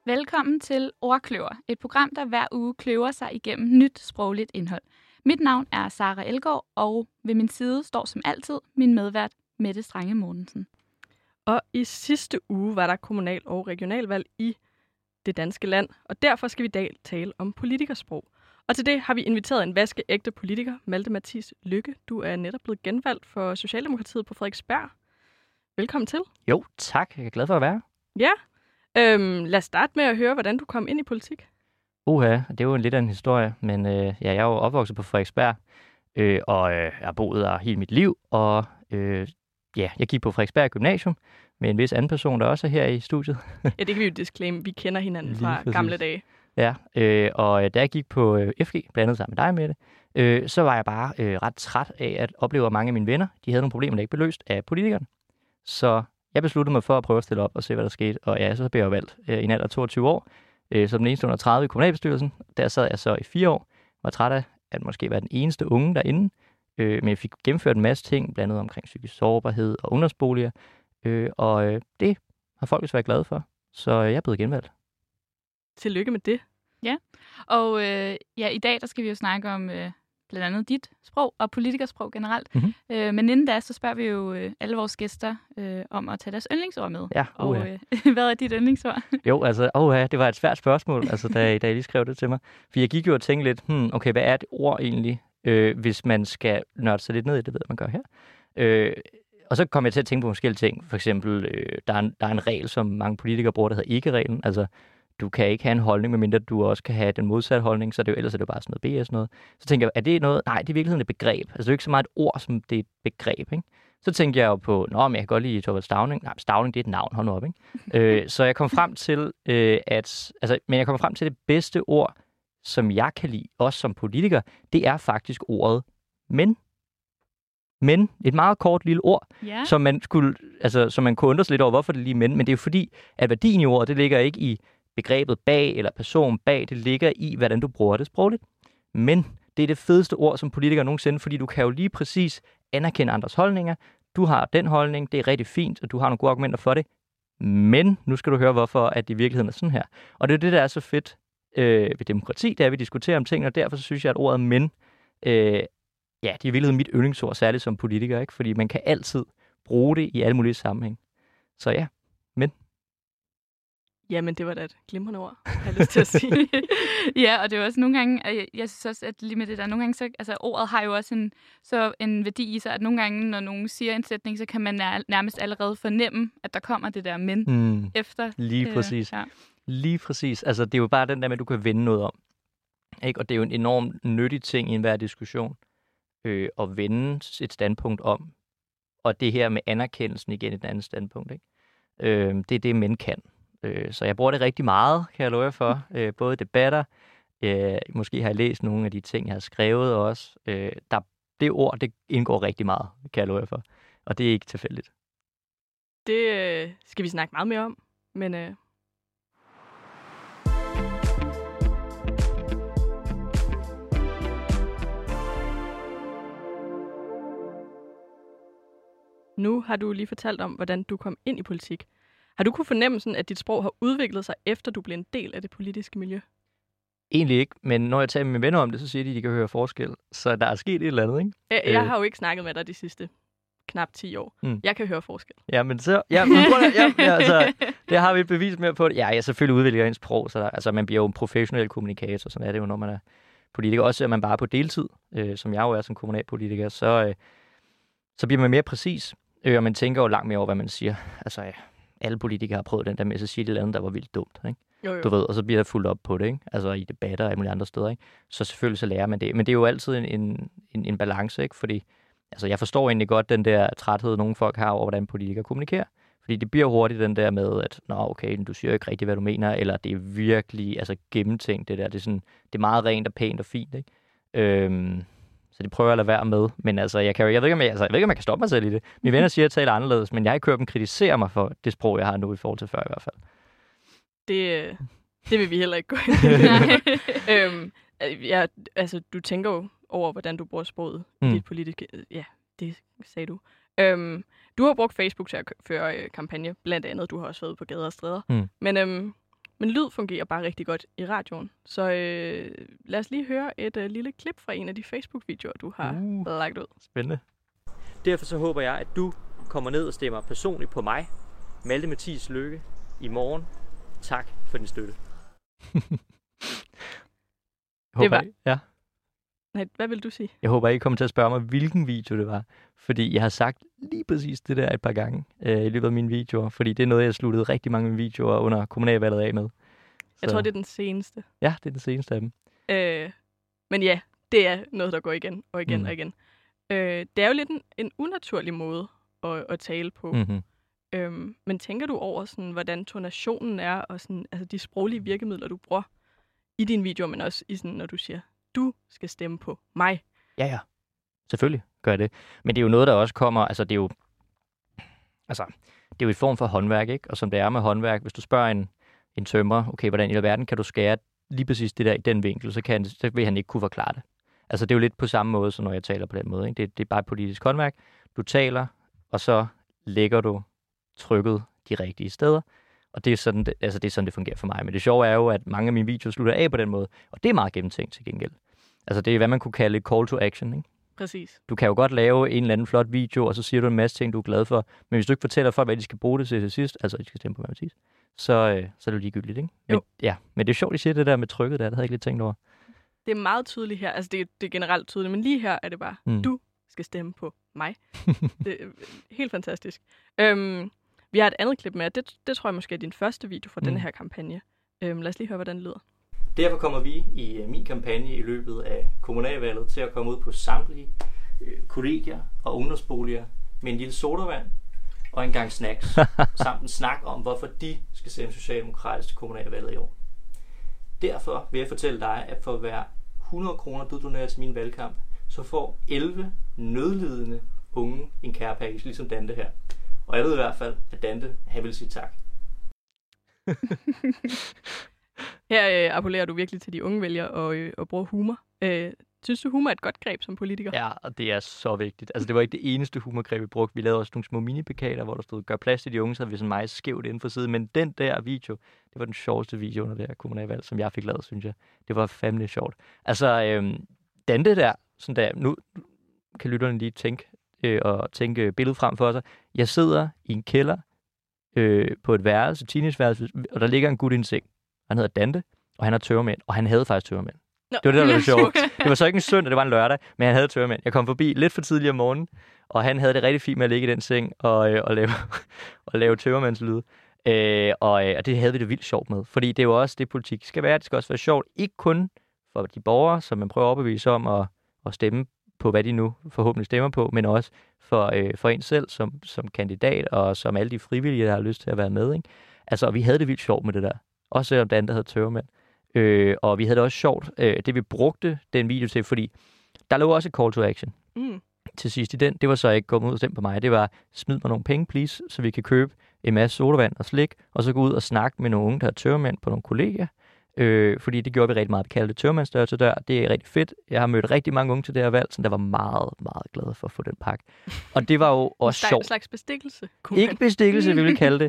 Velkommen til Ordkløver, et program, der hver uge kløver sig igennem nyt sprogligt indhold. Mit navn er Sara Elgaard, og ved min side står som altid min medvært Mette Strange Mortensen. Og i sidste uge var der kommunal- og regionalvalg i det danske land, og derfor skal vi i dag tale om politikersprog. Og til det har vi inviteret en vaskeægte politiker, Malte Mathies Løkke. Du er netop blevet genvalgt for Socialdemokratiet på Frederiksberg. Velkommen til. Jo, tak. Jeg er glad for at være. Ja. Lad os starte med at høre, hvordan du kom ind i politik. Det er jo lidt af en historie, men jeg er jo opvokset på Frederiksberg, og jeg har boet der hele mit liv, og jeg gik på Frederiksberg Gymnasium med en vis anden person, der også er her i studiet. Ja, det kan vi jo disclaim. Vi kender hinanden fra gamle dage. Ja, og da jeg gik på FG, blandt andet sammen med dig, Mette, så var jeg bare ret træt af at opleve, at mange af mine venner, de havde nogle problemer, der ikke blev løst af politikerne. Så jeg besluttede mig for at prøve at stille op og se, hvad der skete. Og ja, så blev jeg valgt i en alder af 22 år, som den eneste under 30 i kommunalbestyrelsen. Der sad jeg så i 4 år, var træt af at måske være den eneste unge derinde. Men jeg fik gennemført en masse ting, blandt andet omkring psykisk sårbarhed og ungdomsboliger. Og det har folk været glade for. Så jeg er blevet genvalgt. Tillykke med det. Ja, og i dag der skal vi jo snakke om blandt andet dit sprog og politikersprog generelt. Mm-hmm. Men inden da, så spørger vi jo alle vores gæster om at tage deres yndlingsord med. Ja, og hvad er dit yndlingsord? Jo, altså, det var et svært spørgsmål, altså, da I lige skrev det til mig. For jeg gik jo og tænkte lidt, okay, hvad er et ord egentlig, hvis man skal nørde sig lidt ned i det, ved man gør her. Og så kom jeg til at tænke på forskellige ting. For eksempel, der er en regel, som mange politikere bruger, der hedder ikke-reglen. Altså, du kan ikke have en holdning, medmindre du også kan have den modsatte holdning, så ellers er det jo bare sådan noget BS noget. Så tænker jeg, er det noget? Nej, det er i virkeligheden et begreb. Altså, det er jo ikke så meget et ord, som det er et begreb, ikke? Så tænkte jeg jo på, men jeg kan godt lide Thorvald Stauning. Nej, Stauning, det er et navn, hold nu op, ikke? Så jeg kom frem til, jeg kom frem til det bedste ord, som jeg kan lide, også som politiker, det er faktisk ordet men. Men, et meget kort lille ord, som man kunne undre sig lidt over, hvorfor det lige men det er jo fordi, at værdien i ordet, det ligger ikke i begrebet bag eller person bag, det ligger i, hvordan du bruger det sprogligt. Men det er det fedeste ord som politiker nogensinde, fordi du kan jo lige præcis anerkende andres holdninger. Du har den holdning, det er rigtig fint, og du har nogle gode argumenter for det. Men nu skal du høre, hvorfor at det i virkeligheden er sådan her. Og det er det, der er så fedt ved demokrati, det er, at vi diskuterer om ting, og derfor så synes jeg, at ordet men, det er i virkeligheden mit yndlingsord, særligt som politiker, ikke? Fordi man kan altid bruge det i alle mulige sammenhæng. Så ja, men. Jamen, det var da et glimrende ord, har jeg lyst til at sige. Ja, og det er også nogle gange, jeg synes også, at lige med det der, nogle gange, så, altså ordet har jo også en værdi i sig, at nogle gange, når nogen siger en sætning, så kan man nærmest allerede fornemme, at der kommer det der men efter. Lige præcis. Lige præcis. Altså, det er jo bare den der med, at du kan vende noget om. Ikke? Og det er jo en enormt nyttig ting i enhver diskussion, at vende et standpunkt om. Og det her med anerkendelsen igen et andet standpunkt. Ikke? Det er det, men kan. Så jeg bruger det rigtig meget, kan jeg love jer for. Både debatter, måske har jeg læst nogle af de ting, jeg har skrevet også. Det ord, det indgår rigtig meget, kan jeg love jer for. Og det er ikke tilfældigt. Det skal vi snakke meget mere om, men nu har du lige fortalt om, hvordan du kom ind i politik. Har du kunne fornemme sådan, at dit sprog har udviklet sig, efter du blev en del af det politiske miljø? Egentlig ikke, men når jeg taler med mine venner om det, så siger de, at de kan høre forskel. Så der er sket et eller andet, ikke? Jeg har jo ikke snakket med dig de sidste knap 10 år. Jeg kan høre forskel. Ja, men så... det har vi et bevis med på det. Ja, jeg selvfølgelig udvikler ens sprog, så man bliver jo en professionel kommunikator, sådan er det jo, når man er politiker. Også at man bare er på deltid, som jeg jo er som kommunalpolitiker, så bliver man mere præcis, og man tænker jo langt mere over, hvad man siger. Altså, alle politikere har prøvet den der med, så siger de et eller andet, der var vildt dumt, ikke? Jo. Du ved, og så bliver der fuldt op på det, ikke? Altså i debatter og alle mulige andre steder, ikke? Så selvfølgelig så lærer man det. Men det er jo altid en balance, ikke? Fordi altså, jeg forstår egentlig godt den der træthed, nogle folk har over, hvordan politikere kommunikerer. Fordi det bliver hurtigt den der med, at okay, du siger ikke rigtigt, hvad du mener, eller det er virkelig gennemtænkt, det der. Det er meget rent og pænt og fint, ikke? Så det prøver jeg at lade være med. Men altså, jeg ved ikke, om jeg kan stoppe mig selv i det. Mine venner siger, at jeg taler anderledes, men jeg har ikke hørt dem kritisere mig for det sprog, jeg har nu i forhold til før i hvert fald. Det vil vi heller ikke gå ind. Du tænker jo over, hvordan du bruger sproget i dit politiske... Ja, det sagde du. Du har brugt Facebook til at føre kampagne, blandt andet. Du har også været på gader og stræder. Men Men lyd fungerer bare rigtig godt i radioen. Så lad os lige høre et lille klip fra en af de Facebook-videoer, du har lagt ud. Spændende. Derfor så håber jeg, at du kommer ned og stemmer personligt på mig, Malte Mathies Løkke, i morgen. Tak for din støtte. Ja. Nej, hvad vil du sige? Jeg håber, I kommer til at spørge mig, hvilken video det var. Fordi jeg har sagt lige præcis det der et par gange i løbet af mine videoer. Fordi det er noget, jeg sluttede rigtig mange af mine videoer under kommunalvalget af med. Jeg tror, det er den seneste. Ja, det er den seneste af dem. Men ja, det er noget, der går igen og igen og igen. Det er jo lidt en unaturlig måde at tale på. Mm-hmm. Men tænker du over, sådan, hvordan tonationen er, og sådan, altså de sproglige virkemidler, du bruger i dine videoer, men også i sådan, når du siger, du skal stemme på mig? Ja. Selvfølgelig gør jeg det. Men det er jo noget, der også kommer, det er jo et form for håndværk, ikke? Og som det er med håndværk, hvis du spørger en tømrer, okay, hvordan i alverden kan du skære lige præcis det der i den vinkel, så vil han ikke kunne forklare det. Altså, det er jo lidt på samme måde, som når jeg taler på den måde, ikke? Det er bare et politisk håndværk. Du taler, og så lægger du trykket de rigtige steder. Og det er sådan, det fungerer for mig. Men det sjove er jo, at mange af mine videoer slutter af på den måde. Og det er meget gennemtænkt til gengæld. Altså, det er, hvad man kunne kalde et call to action, ikke? Præcis. Du kan jo godt lave en eller anden flot video, og så siger du en masse ting, du er glad for. Men hvis du ikke fortæller folk, hvad de skal bruge det til sidst, altså, de skal stemme på Mathies, så er det jo ligegyldigt, ikke? Men, men det er sjovt, at I siger det der med trykket der. Det havde jeg ikke lidt tænkt over. Det er meget tydeligt her. Altså, det er generelt tydeligt, men lige her er det bare, du skal stemme på mig. Det er helt fantastisk. Vi har et andet klip med, det tror jeg måske er din første video fra denne her kampagne. Lad os lige høre, hvordan det lyder. Derfor kommer vi i min kampagne i løbet af kommunalvalget til at komme ud på samtlige kollegier og ungdomsboliger med en lille sodavand og en gang snacks, samt en snak om, hvorfor de skal stemme socialdemokratisk til kommunalvalget i år. Derfor vil jeg fortælle dig, at for hver 100 kroner, du donerer til min valgkamp, så får 11 nødlidende unge en care package, ligesom Dante her. Og jeg ved i hvert fald, at Dante, han vil sige tak. Her appellerer du virkelig til de unge vælgere og bruger humor. Synes du, humor er et godt greb som politiker? Ja, og det er så vigtigt. Altså, det var ikke det eneste humorgreb, vi brugte. Vi lavede også nogle små mini-plakater, hvor der stod, gør plads til de unge, så havde vi sådan meget skævt inden for siden. Men den der video, det var den sjoveste video under det her kommunalvalg, som jeg fik lavet, synes jeg. Det var fandme sjovt. Altså, Dante der, sådan der, nu kan lytterne lige tænke billedet frem for sig. Jeg sidder i en kælder på et værelse, teenageværelse, og der ligger en gut i en seng. Han hedder Dante, og han har tørmænd, og han havde faktisk tørmænd. Det var det, der var sjovt. Det var så ikke en søndag, det var en lørdag, men han havde tørmænd. Jeg kom forbi lidt for tidligt om morgenen, og han havde det rigtig fint med at ligge i den seng og lave tørmændslyde. Og det havde vi det vildt sjovt med, fordi det er jo også det, politik skal være. Det skal også være sjovt, ikke kun for de borgere, som man prøver at overbevise om at stemme på, hvad de nu forhåbentlig stemmer på, men også for en selv som kandidat, og som alle de frivillige, der har lyst til at være med. Ikke? Altså, vi havde det vildt sjovt med det der. Også selvom det andet havde tørmænd. Og vi havde det også sjovt, det vi brugte den video til, fordi der lå også et call to action til sidst i den. Det var så ikke kommet ud og stemme på mig. Det var, smid mig nogle penge, please, så vi kan købe en masse sodavand og slik, og så gå ud og snakke med nogle unge, der har tørmænd på nogle kolleger. Fordi det gjorde vi rigtig meget. Vi kaldte det tørmandsdør til dør. Det er rigtig fedt. Jeg har mødt rigtig mange unge til det her valg, så der var meget, meget glade for at få den pakke. Og det var jo også sjovt. En slags bestikkelse. Ikke bestikkelse, vi ville kalde det.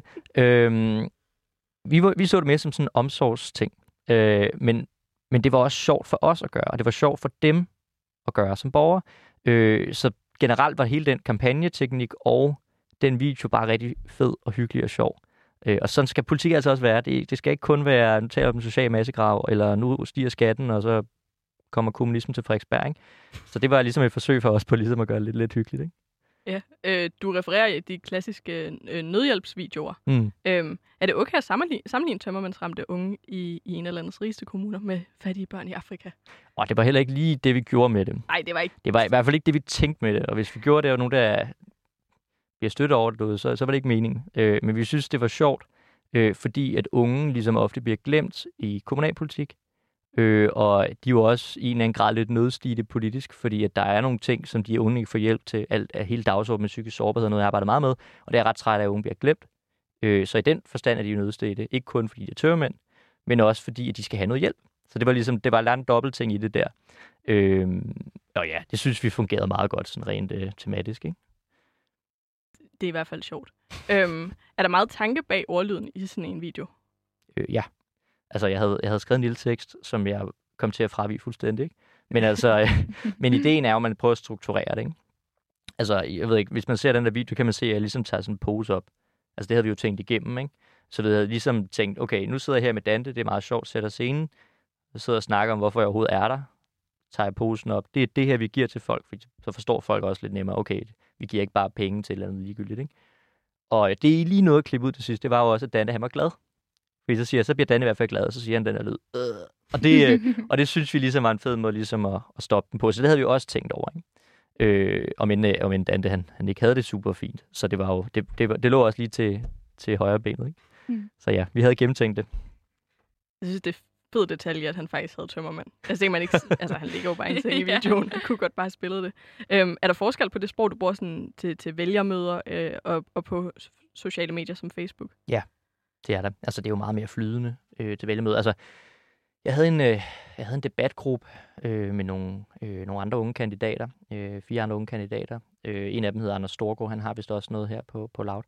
Vi så det mere som sådan en omsorgsting. Men det var også sjovt for os at gøre, og det var sjovt for dem at gøre som borgere. Så generelt var hele den kampagneteknik og den video bare rigtig fed og hyggelig og sjov. Og sådan skal politik altså også være. Det skal ikke kun være, nu taler om den sociale massegrav, eller nu stiger skatten, og så kommer kommunismen til Frederiksberg. Ikke? Så det var ligesom et forsøg for os på ligesom at gøre det lidt hyggeligt. Ikke? Ja, du refererer i de klassiske nødhjælpsvideoer. Er det okay at sammenligne tømmermandsramte unge i en eller andens rigeste kommuner med fattige børn i Afrika? Det var heller ikke lige det, vi gjorde med det. Nej, det var ikke. Det var i hvert fald ikke det, vi tænkte med det. Og hvis vi gjorde det, og nogen der bliver støttet over det, så var det ikke meningen. Men vi synes, det var sjovt, fordi at unge ligesom ofte bliver glemt i kommunalpolitik. Og de er jo også i en eller anden grad lidt nødstidte politisk, fordi at der er nogle ting, som de unge ikke får hjælp til. Alt af hele dagsordenen med psykisk sårbarhed, noget jeg arbejder meget med, og det er ret træt af, at unge bliver glemt. Så i den forstand er de jo nødstidte. Ikke kun fordi de er tørmænd, men også fordi, at de skal have noget hjælp. Så det var en dobbelt ting i det der. Og ja, det synes vi fungerede meget godt, sådan rent tematisk, ikke? Det er i hvert fald sjovt. Er der meget tanke bag ordlyden i sådan en video? Ja. Altså, jeg havde skrevet en lille tekst, som jeg kom til at fravige fuldstændig, ikke? Men altså, men ideen er jo, at man prøver at strukturere det, ikke? Altså, jeg ved ikke, hvis man ser den der video, kan man se, at jeg ligesom tager sådan en pose op. Altså, det havde vi jo tænkt igennem, ikke? Så vi havde ligesom tænkt, okay, nu sidder jeg her med Dante, det er meget sjovt, sætter scenen. Jeg sidder og snakker om, hvorfor jeg overhovedet er der. Tager jeg posen op. Det er det her, vi giver til folk, for så forstår folk også lidt nemmere, okay, vi giver ikke bare penge til et eller andet ligegyldigt, ikke? Og det er lige noget at klippe ud til sidst, det var jo også, at Dante, han var glad. Fordi så siger jeg, så bliver Dante i hvert fald glad, og så siger han den der lyd. Og det synes vi ligesom var en fed måde ligesom at stoppe den på. Så det havde vi også tænkt over, ikke? Om en Dante, han ikke havde det super fint. Så det var jo, det lå også lige til højre benet, ikke? Så ja, vi havde gennemtænkt det. Jeg synes, det er fed detalje, at han faktisk havde tømmermand. Altså, det man ikke, altså, han ligger jo bare en ting i videoen. Han kunne godt bare spille det. Er der forskel på det sprog, du bruger sådan, til vælgermøder og på sociale medier som Facebook? Ja, det er der. Altså, det er jo meget mere flydende til vælgermøder. Altså, jeg havde en debatgruppe med nogle andre unge kandidater. 4 andre unge kandidater. En af dem hedder Anders Storgård. Han har vist også noget her på Loud.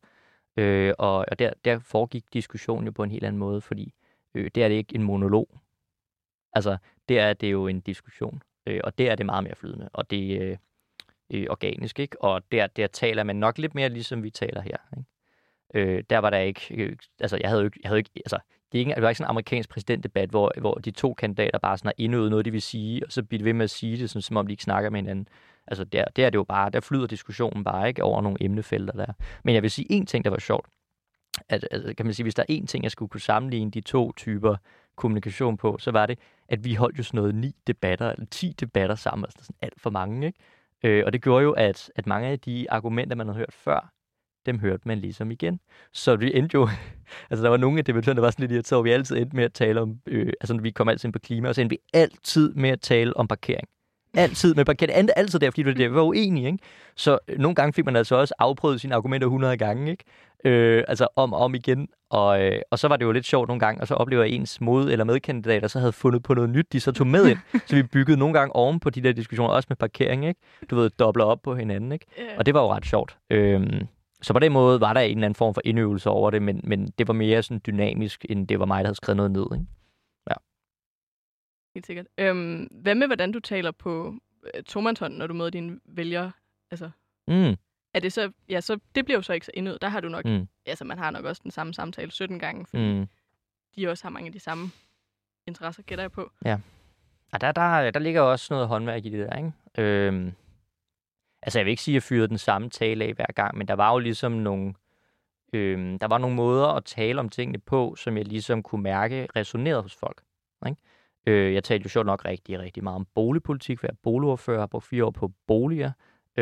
Og der foregik diskussionen jo på en helt anden måde, fordi det er det ikke en monolog. Altså, det er jo en diskussion. Og det er det meget mere flydende. Og det er organisk, ikke? Og der taler man nok lidt mere, ligesom vi taler her, ikke? Der var der ikke... altså, jeg havde jo ikke... Altså, det var ikke sådan en amerikansk præsidentdebat, hvor de 2 kandidater bare sådan har indøvet noget, de vil sige, og så bliver de ved med at sige det, sådan, som om de ikke snakker med hinanden. Altså, der er det jo bare... Der flyder diskussionen bare, ikke? Over nogle emnefelter der. Men jeg vil sige en ting, der var sjovt. Altså, kan man sige, hvis der er en ting, jeg skulle kunne sammenligne de 2 typer kommunikation på, så var det, at vi holdt jo sådan noget 9 debatter, eller 10 debatter sammen, altså sådan alt for mange, ikke? Og det gjorde jo, at mange af de argumenter, man havde hørt før, dem hørte man ligesom igen. Så vi endte jo... altså, der var nogle af debattørerne, der var sådan lidt irriteret, vi altid endte med at tale om... altså, vi kom altid ind på klima, og så endte vi altid med at tale om parkering. Altid med parkering. Altid der, fordi vi var uenige, ikke? Så nogle gange fik man altså også afprøvet sine argumenter 100 gange, ikke? Altså om igen. Og så var det jo lidt sjovt nogle gange, og så oplever jeg ens mod- eller medkandidater, så havde fundet på noget nyt, de så tog med ind. Så vi byggede nogle gange oven på de der diskussioner, også med parkering, ikke? Du ved, dobler op på hinanden, ikke? Og det var jo ret sjovt. Så på den måde var der en eller anden form for indøvelse over det, men det var mere sådan dynamisk, end det var mig, der havde skrevet noget ned, ikke? Ja. Helt sikkert. Hvad med, hvordan du taler på tomandshånd, når du møder dine vælgere? Altså, er det så... Ja, så det bliver jo så ikke så indøvet. Der har du nok... Altså, man har nok også den samme samtale 17 gange, fordi de også har mange af de samme interesser, gætter jeg på. Ja. Og der ligger også noget håndværk i det der, ikke? Altså, jeg vil ikke sige, at jeg fyrede den samme tale af hver gang, men der var jo ligesom nogle... der var nogle måder at tale om tingene på, som jeg ligesom kunne mærke resonerede hos folk, ikke? Jeg talte jo sjovt nok rigtig meget om boligpolitik, for jeg er boligordfører, har brugt 4 år på boliger.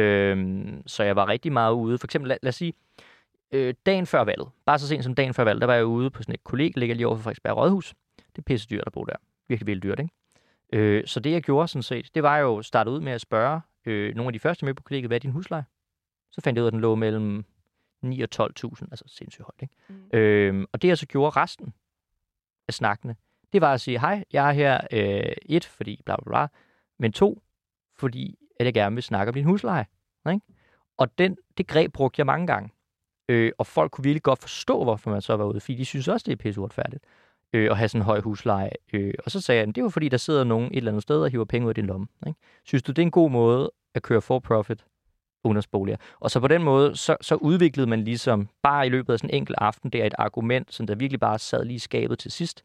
Så jeg var rigtig meget ude. For eksempel, lad os sige, dagen før valget, bare så sent som dagen før valget, der var jeg ude på sådan et kolleg, der ligger lige over for Frederiksberg Rådhus. Det er pisse dyrt at bo der. Virkelig dyrt, ikke? Så det jeg gjorde sådan set, det var jo at starte ud med at spørge nogle af de første med på kollegiet, hvad er din husleje? Så fandt jeg ud af, at den lå mellem 9 og 12.000, altså sindssygt højt, ikke? Og det jeg så gjorde resten af snakkene, det var at sige, hej, jeg er her 1, fordi bla bla bla, men 2, fordi at jeg gerne vil snakke om din husleje, ikke? Og det greb brugte jeg mange gange. Og folk kunne virkelig godt forstå, hvorfor man så var ude, fordi de synes også, det er pisse uretfærdigt at have sådan en høj husleje. Og så sagde jeg, det er jo fordi, der sidder nogen et eller andet sted og hiver penge ud af din lomme, ikke? Synes du, det er en god måde at køre for profit ungdomsboliger? Og så på den måde, så udviklede man ligesom bare i løbet af sådan en enkelt aften, der et argument, som der virkelig bare sad lige i skabet til sidst.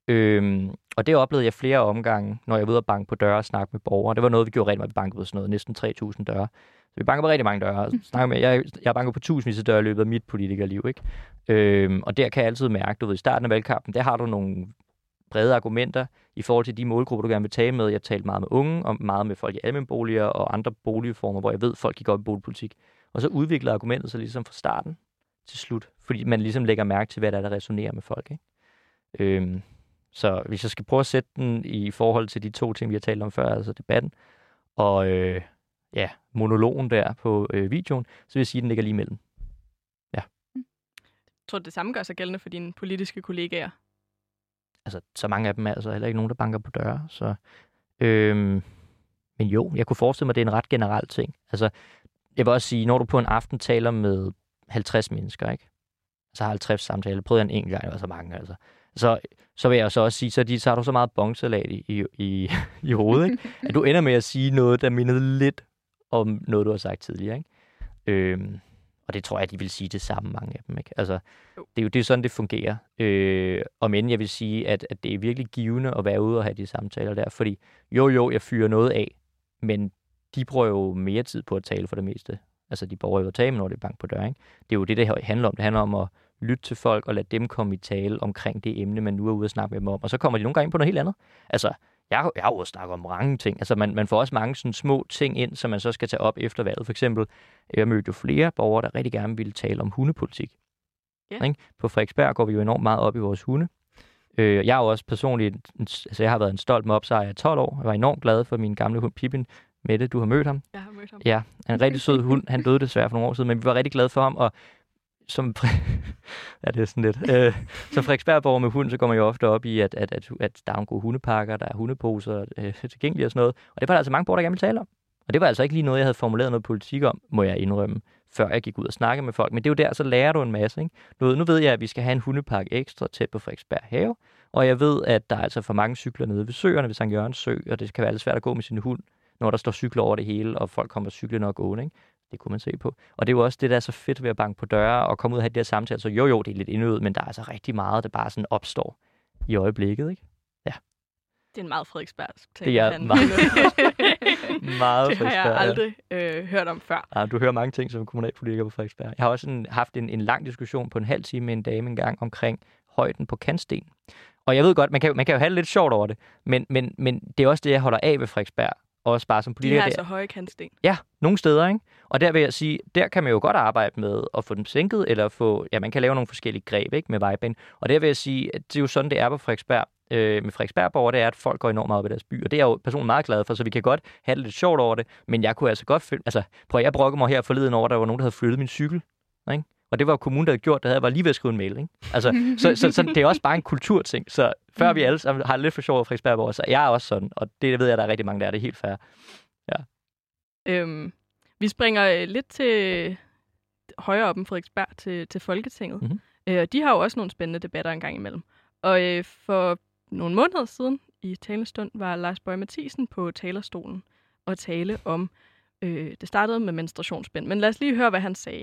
Og det oplevede jeg flere omgange, når jeg var ude og banke på døre og snakke med borgere. Det var noget, vi gjorde rigtig meget. Vi bankede på sådan noget, næsten 3.000 døre. Så vi banker på rigtig mange døre. Jeg har banket på tusindvis af døre i løbet af mit politikerliv, ikke? Og der kan jeg altid mærke, du ved, i starten af valgkampen, der har du nogle brede argumenter i forhold til de målgrupper, du gerne vil tale med. Jeg talte meget med unge, og meget med folk i almenboliger og andre boligformer, hvor jeg ved, folk gik op i boligpolitik. Og så udvikler argumentet sig ligesom fra starten til slut, fordi man ligesom lægger mærke til, hvad der resonerer med folk, ikke? Så hvis jeg skal prøve at sætte den i forhold til de 2 ting, vi har talt om før, altså debatten og monologen der på videoen, så vil jeg sige, at den ligger lige imellem. Ja. Jeg tror, det samme gør sig gældende for dine politiske kollegaer. Altså, så mange af dem er altså heller ikke nogen, der banker på døre. Så, men jo, jeg kunne forestille mig, at det er en ret generel ting. Altså, jeg vil også sige, når du på en aften taler med 50 mennesker, ikke? Så har 50 samtaler. Prøvede jeg en enkelt gang, det var så mange, altså. så vil jeg så også sige, så har du så meget bongsalat i hovedet, ikke? At du ender med at sige noget, der mindede lidt om noget, du har sagt tidligere, ikke? Og det tror jeg, de vil sige det samme, mange af dem, ikke? Altså, det er sådan, det fungerer. Og men jeg vil sige, at det er virkelig givende at være ude og have de samtaler der, fordi jo, jeg fyrer noget af, men de bruger jo mere tid på at tale for det meste. Altså, de borger jo at tale, når det er bank på dør, ikke? Det er jo det handler om. Det handler om at lytte til folk og lade dem komme i tale omkring det emne, man nu er ude at snakke med dem om. Og så kommer de nogle gange ind på noget helt andet. Altså, jeg har jo snakket om mange ting. Altså, man får også mange sådan små ting ind, som man så skal tage op efter valget. For eksempel, jeg mødte jo flere borgere, der rigtig gerne ville tale om hundepolitik. Yeah. Ikke? På Frederiksberg går vi jo enormt meget op i vores hunde. Jeg er jo også personligt, altså jeg har været en stolt mobsejer i 12 år. Jeg var enormt glad for min gamle hund Pippin. Mette, du har mødt ham? Jeg har mødt ham. Ja, en rigtig sød hund. Han døde desværre for nogle år siden, men vi var rigtig glade for ham, og som ja, det er sådan lidt. Som Frederiksbergborger med hund, så går man jo ofte op i, at der er nogle gode hundepakker, der er hundeposer tilgængelige og sådan noget. Og det var der altså mange borgere, der gerne ville tale om. Og det var altså ikke lige noget, jeg havde formuleret noget politik om, må jeg indrømme, før jeg gik ud og snakke med folk. Men det er jo der, så lærer du en masse, ikke? Nu ved jeg, at vi skal have en hundepakke ekstra tæt på Frederiksberg Have, og jeg ved, at der er altså for mange cykler nede ved søerne, ved Sankt Jørgens Sø, og det kan være lidt svært at gå med sin hund, når der står cykler over det hele, og folk kommer cyklende og gående, ikke? Det kunne man se på. Og det er jo også det, der er så fedt ved at banke på døre og komme ud og have de her samtaler. Så jo, det er lidt indøvet, men der er altså rigtig meget, der bare sådan opstår i øjeblikket, ikke? Ja. Det er en meget Frederiksbergsk ting. Det er meget det har jeg aldrig hørt om før. Ja, du hører mange ting som kommunalpolitiker på Frederiksberg. Jeg har også haft en lang diskussion på en halv time med en dame engang omkring højden på kantsten. Og jeg ved godt, man kan jo have det lidt sjovt over det, men det er også det, jeg holder af ved Frederiksberg. Også bare som politiker. De har altså høje kantsten. Ja, nogle steder, ikke? Og der vil jeg sige, der kan man jo godt arbejde med at få dem sænket, eller man kan lave nogle forskellige greb, ikke, med vejbanen. Og der vil jeg sige, at det er jo sådan, det er på Frederiksberg. Med Frederiksbergborger, det er, at folk går enormt meget op i deres by. Og det er jeg jo personligt meget glad for, så vi kan godt have det lidt sjovt over det. Men jeg kunne altså godt jeg brokkede mig her forleden over, der var nogen, der havde flyttet min cykel, ikke? Og det var kommunen, der havde gjort det, var lige ved at skrive en mail, ikke? Altså, så det er også bare en kulturting. Så før vi alle sammen har lidt for sjov over Frederiksbergborger, så jeg er også sådan, og det ved jeg, der er rigtig mange, der er. Det er helt fair. Ja. Vi springer lidt til højere op end Frederiksberg til Folketinget. Mm-hmm. De har jo også nogle spændende debatter en gang imellem. Og for nogle måneder siden i talestund var Lars Boje Mathiesen på talerstolen og tale om, det startede med menstruationsbind. Men lad os lige høre, hvad han sagde.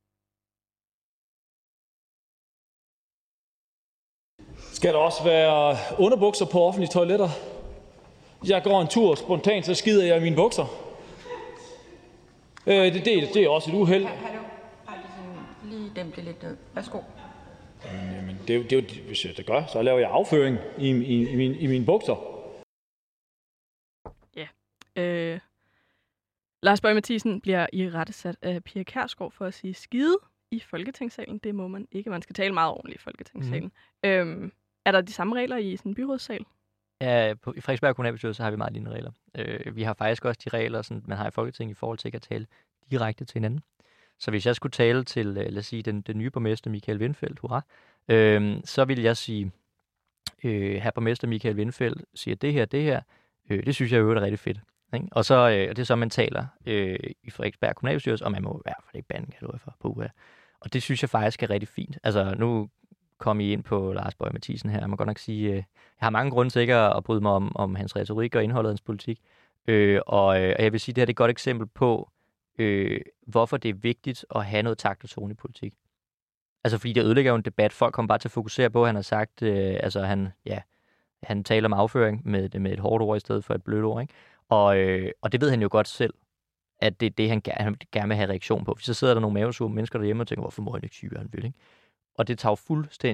Skal der også være underbukser på offentlige toiletter? Jeg går en tur spontant, så skider jeg i mine bukser. Det er også et uheld. Hallo? Lige dæmpe det lidt ned. Værsgo. Jamen, hvis jeg det gør, så laver jeg afføring i mine bukser. Ja. Lars Boje Mathiesen bliver irettesat af Pia Kjærsgaard for at sige skide i Folketingssalen. Det må man ikke. Man skal tale meget ordentligt i Folketingssalen. Er der de samme regler i sådan en byrådssal? Ja, i Frederiksberg Kommunalbestyrelse har vi meget lignende regler. Vi har faktisk også de regler, som man har i Folketinget i forhold til ikke at tale direkte til hinanden. Så hvis jeg skulle tale til, lad os sige, den nye borgmester Michael Vindfeldt, hurra, så vil jeg sige, herr borgmester Michael Vindfeldt siger det her, det synes jeg jo er rigtig fedt. Ikke? Og så det er så, man taler i Frederiksberg Kommunalbestyrelse, og man må i hvert fald ikke bande, kan du for på. Og det synes jeg faktisk er rigtig fint. Altså nu kom I ind på Lars Boje Mathiesen her. Jeg må godt nok sige, jeg har mange grunde til ikke at bryde mig om hans retorik og indholdet af hans politik. Og jeg vil sige, at det her er et godt eksempel på, hvorfor det er vigtigt at have noget takt og tone i politik. Altså fordi det ødelægger jo en debat. Folk kommer bare til at fokusere på, at han har sagt, han taler om afføring med et hårdt ord i stedet for et blødt ord, ikke? Og det ved han jo godt selv, at det er det, han gerne vil have reaktion på. For så sidder der nogle mavesure mennesker derhjemme og tænker, hvorfor må han ikke sige, hvad han vil, ikke? Og det tager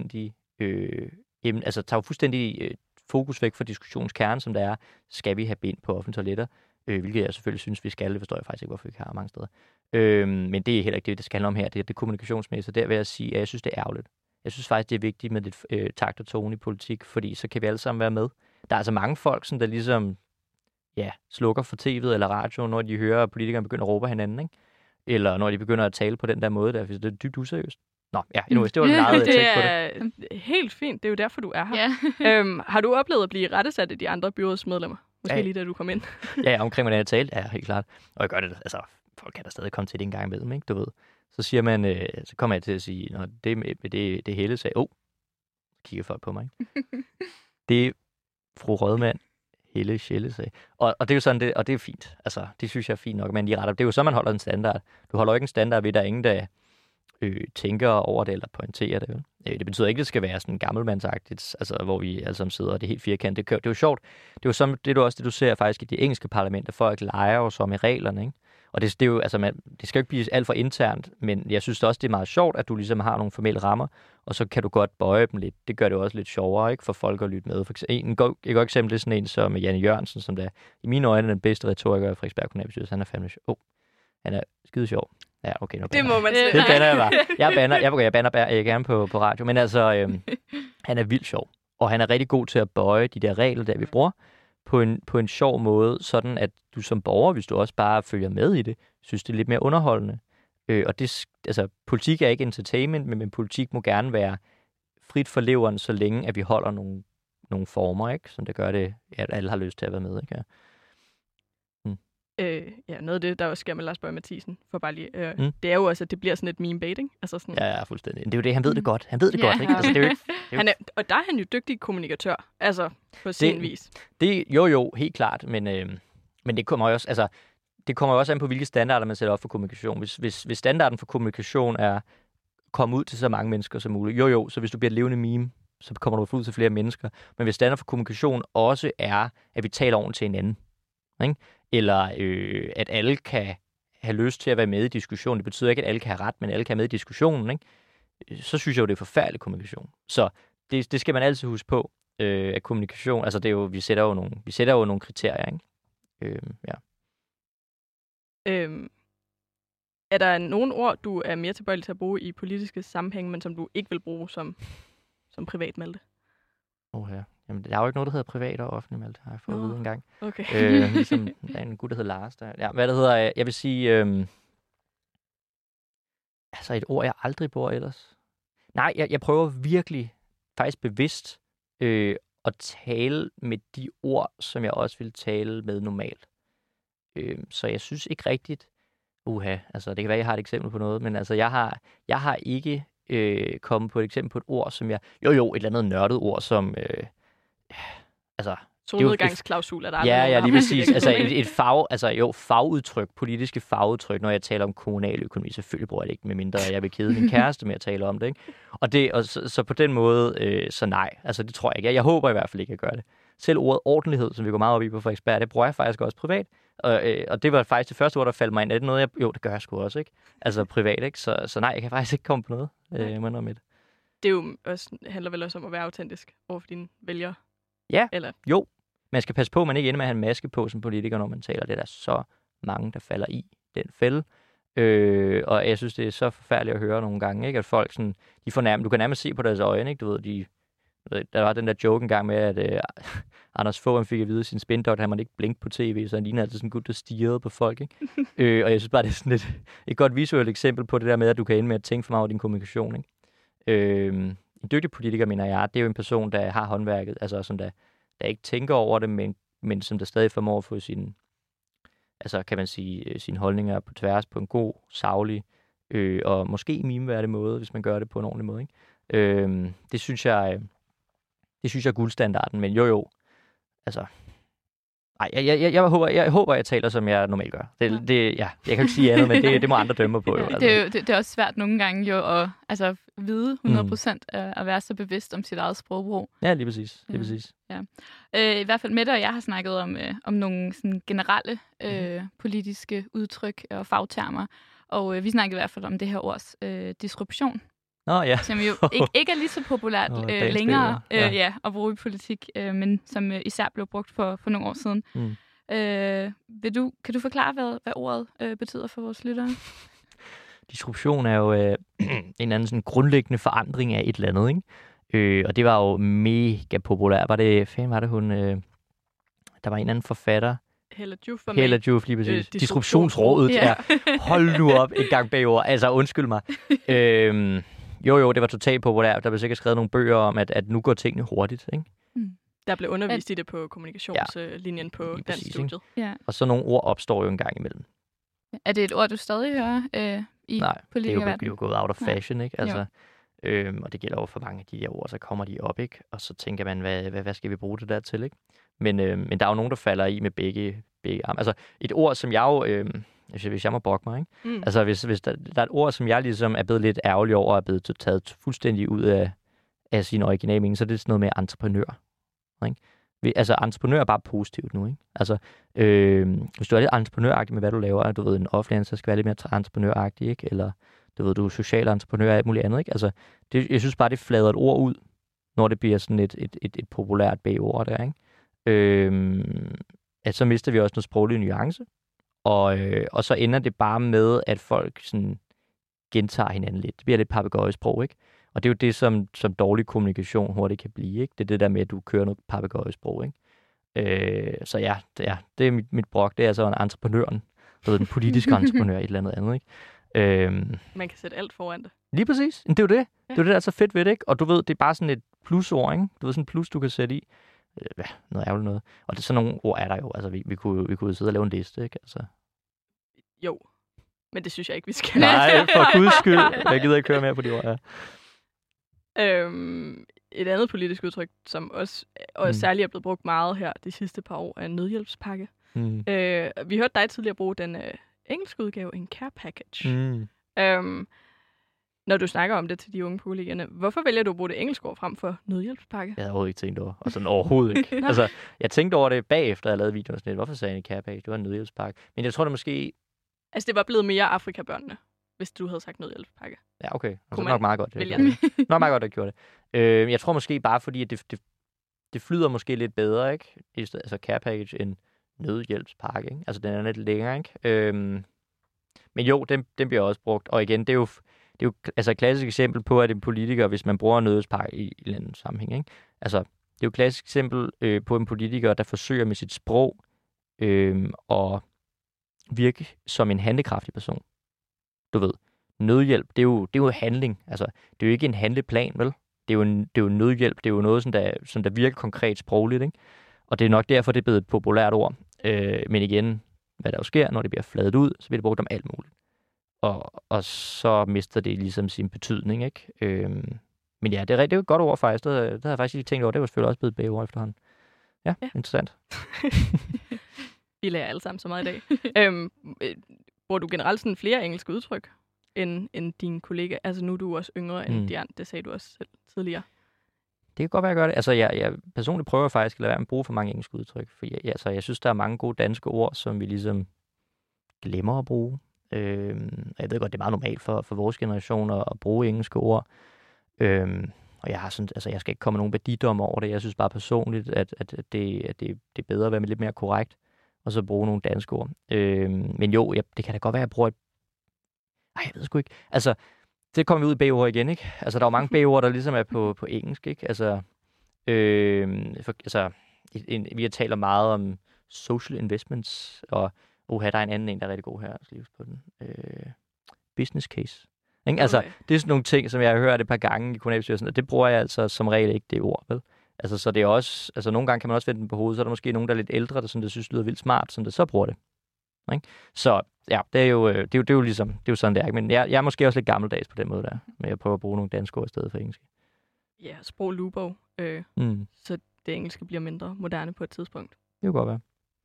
jo fuldstændig fokus væk fra diskussionskerne, som der er, skal vi have bind på offentlige toiletter? Hvilket jeg selvfølgelig synes, vi skal. Det forstår jeg faktisk ikke, hvorfor vi ikke har mange steder. Men det er heller ikke det skal handle om her. Det er kommunikationsmæssigt. Der vil jeg sige, at jeg synes, det er ærgerligt. Jeg synes faktisk, det er vigtigt med lidt takt og tone i politik, fordi så kan vi alle sammen være med. Der er altså mange folk, som der ligesom slukker for tv'et eller radioen, når de hører, at politikerne begynder at råbe hinanden, ikke? Eller når de begynder at tale på den der måde, der det er dybt useriøst. Nå, ja, det var en meget det er helt fint. Det er jo derfor, du er her. Yeah. Har du oplevet at blive rettesat af de andre byrådsmedlemmer? Måske lige da du kom ind. Ja, omkring hvordan jeg talte, helt klart. Og jeg gør det, altså, folk kan da stadig komme til det en gang imellem, ikke? Du ved. Så siger man, så kommer jeg til at sige, når det Helle sagde, kigger folk på mig. Ikke? Det fru Rødmand Helle Schelle sagde. Og det er jo sådan, og det er fint. Altså, det synes jeg er fint nok, men lige ret. Det er jo så, man holder en standard. Du holder ikke en standard ved, der er ingen, der tænker over det eller pointerer det. Vel? Det betyder ikke, at det skal være sådan gammelmandsagtigt, altså, hvor vi alle sammen sidder, og det er helt firkantet. Det er jo sjovt. Det er jo som, det er også det, du ser faktisk i det engelske parlament, at folk leger jo så med reglerne, ikke? Og det er jo, altså, det skal jo ikke blive alt for internt, men jeg synes også, det er meget sjovt, at du ligesom har nogle formelle rammer, og så kan du godt bøje dem lidt. Det gør det også lidt sjovere, ikke, for folk at lytte med. For eksempel, et godt eksempel er sådan en som Janne Jørgensen, som der i mine øjne er den bedste retoriker i Frederiksberg kommunalbestyrelse. Han er fandme sjov. Han er skide sjov. Ja, okay. Det må man slet. Det banner jeg bare. Jeg banner gerne på radio, men altså, han er vildt sjov. Og han er rigtig god til at bøje de der regler, der vi bruger, på en sjov måde, sådan at du som borger, hvis du også bare følger med i det, synes det er lidt mere underholdende. Og det, altså, politik er ikke entertainment, men politik må gerne være frit for leveren, så længe at vi holder nogle former, ikke? Som det gør det, at alle har lyst til at være med, ikke? Ja. Noget af det, der også sker med Lars Boje Mathiesen, for bare lige, det er jo også, at det bliver sådan et meme-baiting. Altså sådan, ja, fuldstændig. Det er jo det, han ved det godt. Han ved det godt, ikke? Altså, det er jo ikke, og der er han jo dygtig kommunikatør, altså på sin vis. Jo, helt klart, men det kommer jo også, altså, det kommer jo også an på, hvilke standarder man sætter op for kommunikation. Hvis standarden for kommunikation er komme ud til så mange mennesker som muligt, så hvis du bliver et levende meme, så kommer du ud til flere mennesker. Men hvis standard for kommunikation også er, at vi taler ordentligt til hinanden, ikke? Eller at alle kan have lyst til at være med i diskussionen. Det betyder ikke, at alle kan have ret, men alle kan have med i diskussionen, ikke? Så synes jeg jo, det er forfærdelig kommunikation. Så det skal man altid huske på, at kommunikation, altså det er jo, vi sætter jo nogle kriterier, ikke? Ja. Er der nogle ord, du er mere tilbøjelig til at bruge i politiske sammenhæng, men som du ikke vil bruge som privat, Malte? Ja. Jamen, der er jo ikke noget, der hedder privat og offentlig, Malte, har jeg fået at vide engang. Okay. Ligesom der er en gut, der hedder Lars. Der. Ja, hvad det hedder, jeg vil sige, altså et ord, jeg aldrig bruger ellers. Nej, jeg prøver virkelig, faktisk bevidst, at tale med de ord, som jeg også vil tale med normalt. Så jeg synes ikke rigtigt, altså det kan være, jeg har et eksempel på noget, men altså jeg har ikke kommet på et eksempel på et ord, som jeg, et eller andet nørdet ord, som, altså... Solnedgangsklausul er der aldrig. Ja, lige præcis. Altså fagudtryk, politiske fagudtryk, når jeg taler om kommunaløkonomi, selvfølgelig bruger jeg det ikke, medmindre jeg vil kede min kæreste med at tale om det, ikke? Og så på den måde, så nej, altså det tror jeg ikke. Jeg håber i hvert fald ikke, at gøre det. Selv ordet ordentlighed, som vi går meget op i på Frederiksberg, det bruger jeg faktisk også privat. Og det var faktisk det første ord, der faldt mig ind. Er det noget, det gør jeg sgu også, ikke? Altså privat, ikke? Så nej, jeg kan faktisk ikke komme på noget med det. Det er jo også, handler vel også om at være autentisk over for dine vælgere. Ja, eller? Jo. Man skal passe på, at man ikke ender med at have en maske på som politiker, når man taler. Det er der så mange, der falder i den fælde. Og jeg synes, det er så forfærdeligt at høre nogle gange, ikke? At folk sådan, de fornærmer, du kan nærmest se på deres øjne, ikke? Du ved, der var den der joke engang med, at Anders Fogh, han fik at vide sin spindoktor, at han måtte ikke blinke på tv, så han lignede altid sådan en gut, der stirrede på folk, ikke? Og jeg synes bare, det er sådan et godt visuelt eksempel på det der med, at du kan ende med at tænke for meget over din kommunikation, ikke? En dygtig politiker, mener jeg, det er jo en person, der har håndværket, altså som der ikke tænker over det, men som der stadig formår at få sine, altså kan man sige, sine holdninger på tværs på en god, saglig og måske mimeværdig måde, hvis man gør det på en ordentlig måde, ikke? Det synes jeg er guldstandarden, men altså... Nej, jeg håber, jeg taler, som jeg normalt gør. Jeg kan ikke sige andet, men det må andre dømme på. Jo, altså. Det er også svært nogle gange jo at vide 100% at være så bevidst om sit eget sprogbrug. Ja, lige præcis. Ja. I hvert fald Mette og jeg har snakket om nogle sådan generelle politiske udtryk og fagtermer, og vi snakkede i hvert fald om det her ords disruption. Ja. Som jo ikke er lige så populært længere at bruge i politik, men som især blev brugt for nogle år siden. Kan du forklare, hvad ordet betyder for vores lyttere? Disruption er jo en eller anden sådan grundlæggende forandring af et eller andet, ikke? Og det var jo mega populært. Var det hun... der var en anden forfatter. Hella Juf, lige præcis. Disruptionsrådet. Ja. Hold nu op et gang bagord. Altså, undskyld mig. Det var totalt populært. Der blev sikkert skrevet nogle bøger om, at nu går tingene hurtigt, ikke? Der blev undervist i det på kommunikationslinjen på dansk studiet. Ja. Og så nogle ord opstår jo en gang imellem. Er det et ord, du stadig hører i politikerverdenen? Nej, det er jo gået out of fashion, ikke? Altså, Og det gælder jo for mange af de der ord, så kommer de op, ikke? Og så tænker man, hvad skal vi bruge det der til, ikke? Men der er jo nogen, der falder i med begge arme. Altså et ord, som jeg jo... hvis jeg må brokke mig, ikke? Altså hvis der er et ord, som jeg ligesom er blevet lidt ærgerlig over, er blevet taget fuldstændig ud af sin originale mening, så er det sådan noget med entreprenør. Ikke? Altså entreprenør er bare positivt nu, ikke? Altså hvis du er lidt entreprenøragtig med, hvad du laver, du ved, en offentlig ansat skal være lidt mere entreprenøragtig, ikke? Eller du er social entreprenør og alt muligt andet, ikke? Altså jeg synes bare, det flader et ord ud, når det bliver sådan et populært B-ord der, ikke? At så mister vi også noget sproglig nuance. Og så ender det bare med, at folk sådan gentager hinanden lidt. Det bliver lidt papegøjesprog, ikke? Og det er jo det, som dårlig kommunikation hurtigt kan blive, ikke? Det er det der med, at du kører noget papegøjesprog, ikke? Så ja, det er mit brok. Det er altså en entreprenøren. Den politiske entreprenør, et eller andet, ikke? Man kan sætte alt foran det. Lige præcis. Det er jo det. Ja. Det er jo det, der er så fedt ved det, ikke? Og du ved, det er bare sådan et plusord, ikke? Du ved, sådan et plus, du kan sætte i. Noget ærgerligt noget. Og det, sådan nogle ord er der jo. Altså, vi kunne sidde og lave en liste, ikke? Altså. Jo, men det synes jeg ikke, vi skal. Nej, for guds skyld. Jeg gider ikke høre mere på de ord, ja. Et andet politisk udtryk, som også særligt er blevet brugt meget her de sidste par år, er en nødhjælpspakke. Vi hørte dig tidligere bruge den engelske udgave, en care package. Når du snakker om det til de unge politikerne, hvorfor vælger du at bruge det engelske ord frem for nødhjælpspakke? Jeg havde overhovedet ikke tænkt over. Og sådan overhovedet ikke. Altså, jeg tænkte over det bagefter, jeg lavede videoen sådan lidt. Hvorfor sagde jeg en care package? Det var en nødhjælpspakke. Men jeg tror det måske... Altså, det var blevet mere Afrikabørnene, hvis du havde sagt nødhjælpspakke. Ja, okay. Altså, nok meget godt. Nok meget godt, at gjorde det. Jeg tror måske bare, fordi at det flyder måske lidt bedre, ikke? Altså care package end nødhjælpspakke, ikke? Altså, den er lidt længere, ikke? Men jo, den bliver også brugt. Og igen, det er jo altså et klassisk eksempel på, at en politiker, hvis man bruger en nødhjælpspakke i en eller anden sammenhæng, ikke? Altså, det er jo et klassisk eksempel på en politiker, der forsøger med sit sprog at virke som en handlekraftig person. Du ved, nødhjælp, det er jo handling. Altså, det er jo ikke en handleplan, vel? Det er jo nødhjælp, det er jo noget, som der virker konkret sprogligt, ikke? Og det er nok derfor, det er blevet et populært ord. Men igen, hvad der jo sker, når det bliver fladet ud, så bliver det brugt om alt muligt. Og så mister det ligesom sin betydning, ikke? Men ja, det er jo et godt ord faktisk. Det havde jeg faktisk ikke tænkt over. Det var selvfølgelig også blevet et B-ord efterhånden. Ja, interessant. Vi lærer alle sammen så meget i dag. Bruger du generelt sådan flere engelske udtryk end dine kollegaer? Altså nu er du også yngre end de andre. Det sagde du også selv tidligere. Det kan godt være, at jeg gør det. Altså jeg personligt prøver faktisk at lade være med at bruge for mange engelske udtryk. For jeg synes, der er mange gode danske ord, som vi ligesom glemmer at bruge. Jeg ved godt, det er meget normalt for vores generation at bruge engelske ord. Og jeg har sådan, altså jeg skal ikke komme med nogen værdidom over det. Jeg synes bare personligt, at det er bedre at være lidt mere korrekt, og så bruge nogle danske ord. Men jo, det kan da godt være, at jeg bruger jeg ved sgu ikke. Altså, det kommer vi ud i B-ord igen, ikke? Altså, der er jo mange B-ord, der ligesom er på engelsk, ikke? Altså, vi har talt meget om social investments, og der er en anden der er rigtig god her. Jeg skal lige på den. Business case. Ikke? Altså, det er sådan nogle ting, som jeg har hørt et par gange i kommunalbestyrelsen, og det bruger jeg altså som regel ikke det ord, vel? Altså, så det er også, altså nogle gange kan man også vende den på hovedet, så er der måske nogen, der er lidt ældre, der sådan, der synes, det lyder vildt smart, som der så bruger det. Ikke? Så ja, det er jo ligesom, det er jo sådan, det er. Men jeg er måske også lidt gammeldags på den måde der, med at prøve at bruge nogle danske ord i stedet for engelsk. Ja, sprog lubo, så det engelske bliver mindre moderne på et tidspunkt. Det kan godt være.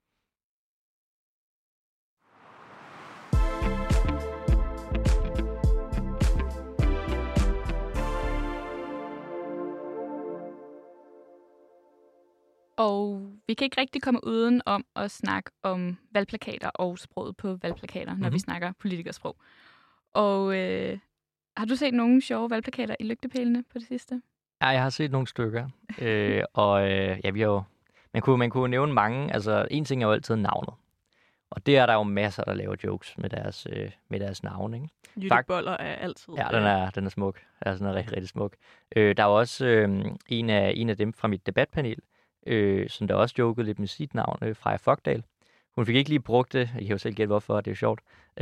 Og vi kan ikke rigtig komme uden om at snakke om valgplakater og sproget på valgplakater, når vi snakker politikersprog. Og har du set nogle sjove valgplakater i lygtepælene på det sidste? Ja, jeg har set nogle stykker. Vi har jo... Man kunne nævne mange. Altså, en ting er jo altid navnet. Og det er der jo masser, der laver jokes med deres navn, ikke? Jytte Boller er altid... Ja, den er smuk. Den er rigtig, rigtig smuk. Der er også en af dem fra mit debatpanel, som der også jokede lidt med sit navn, Freja Fogdal. Hun fik ikke lige brugt det. I kan jo selv gætte, hvorfor. Det er jo sjovt.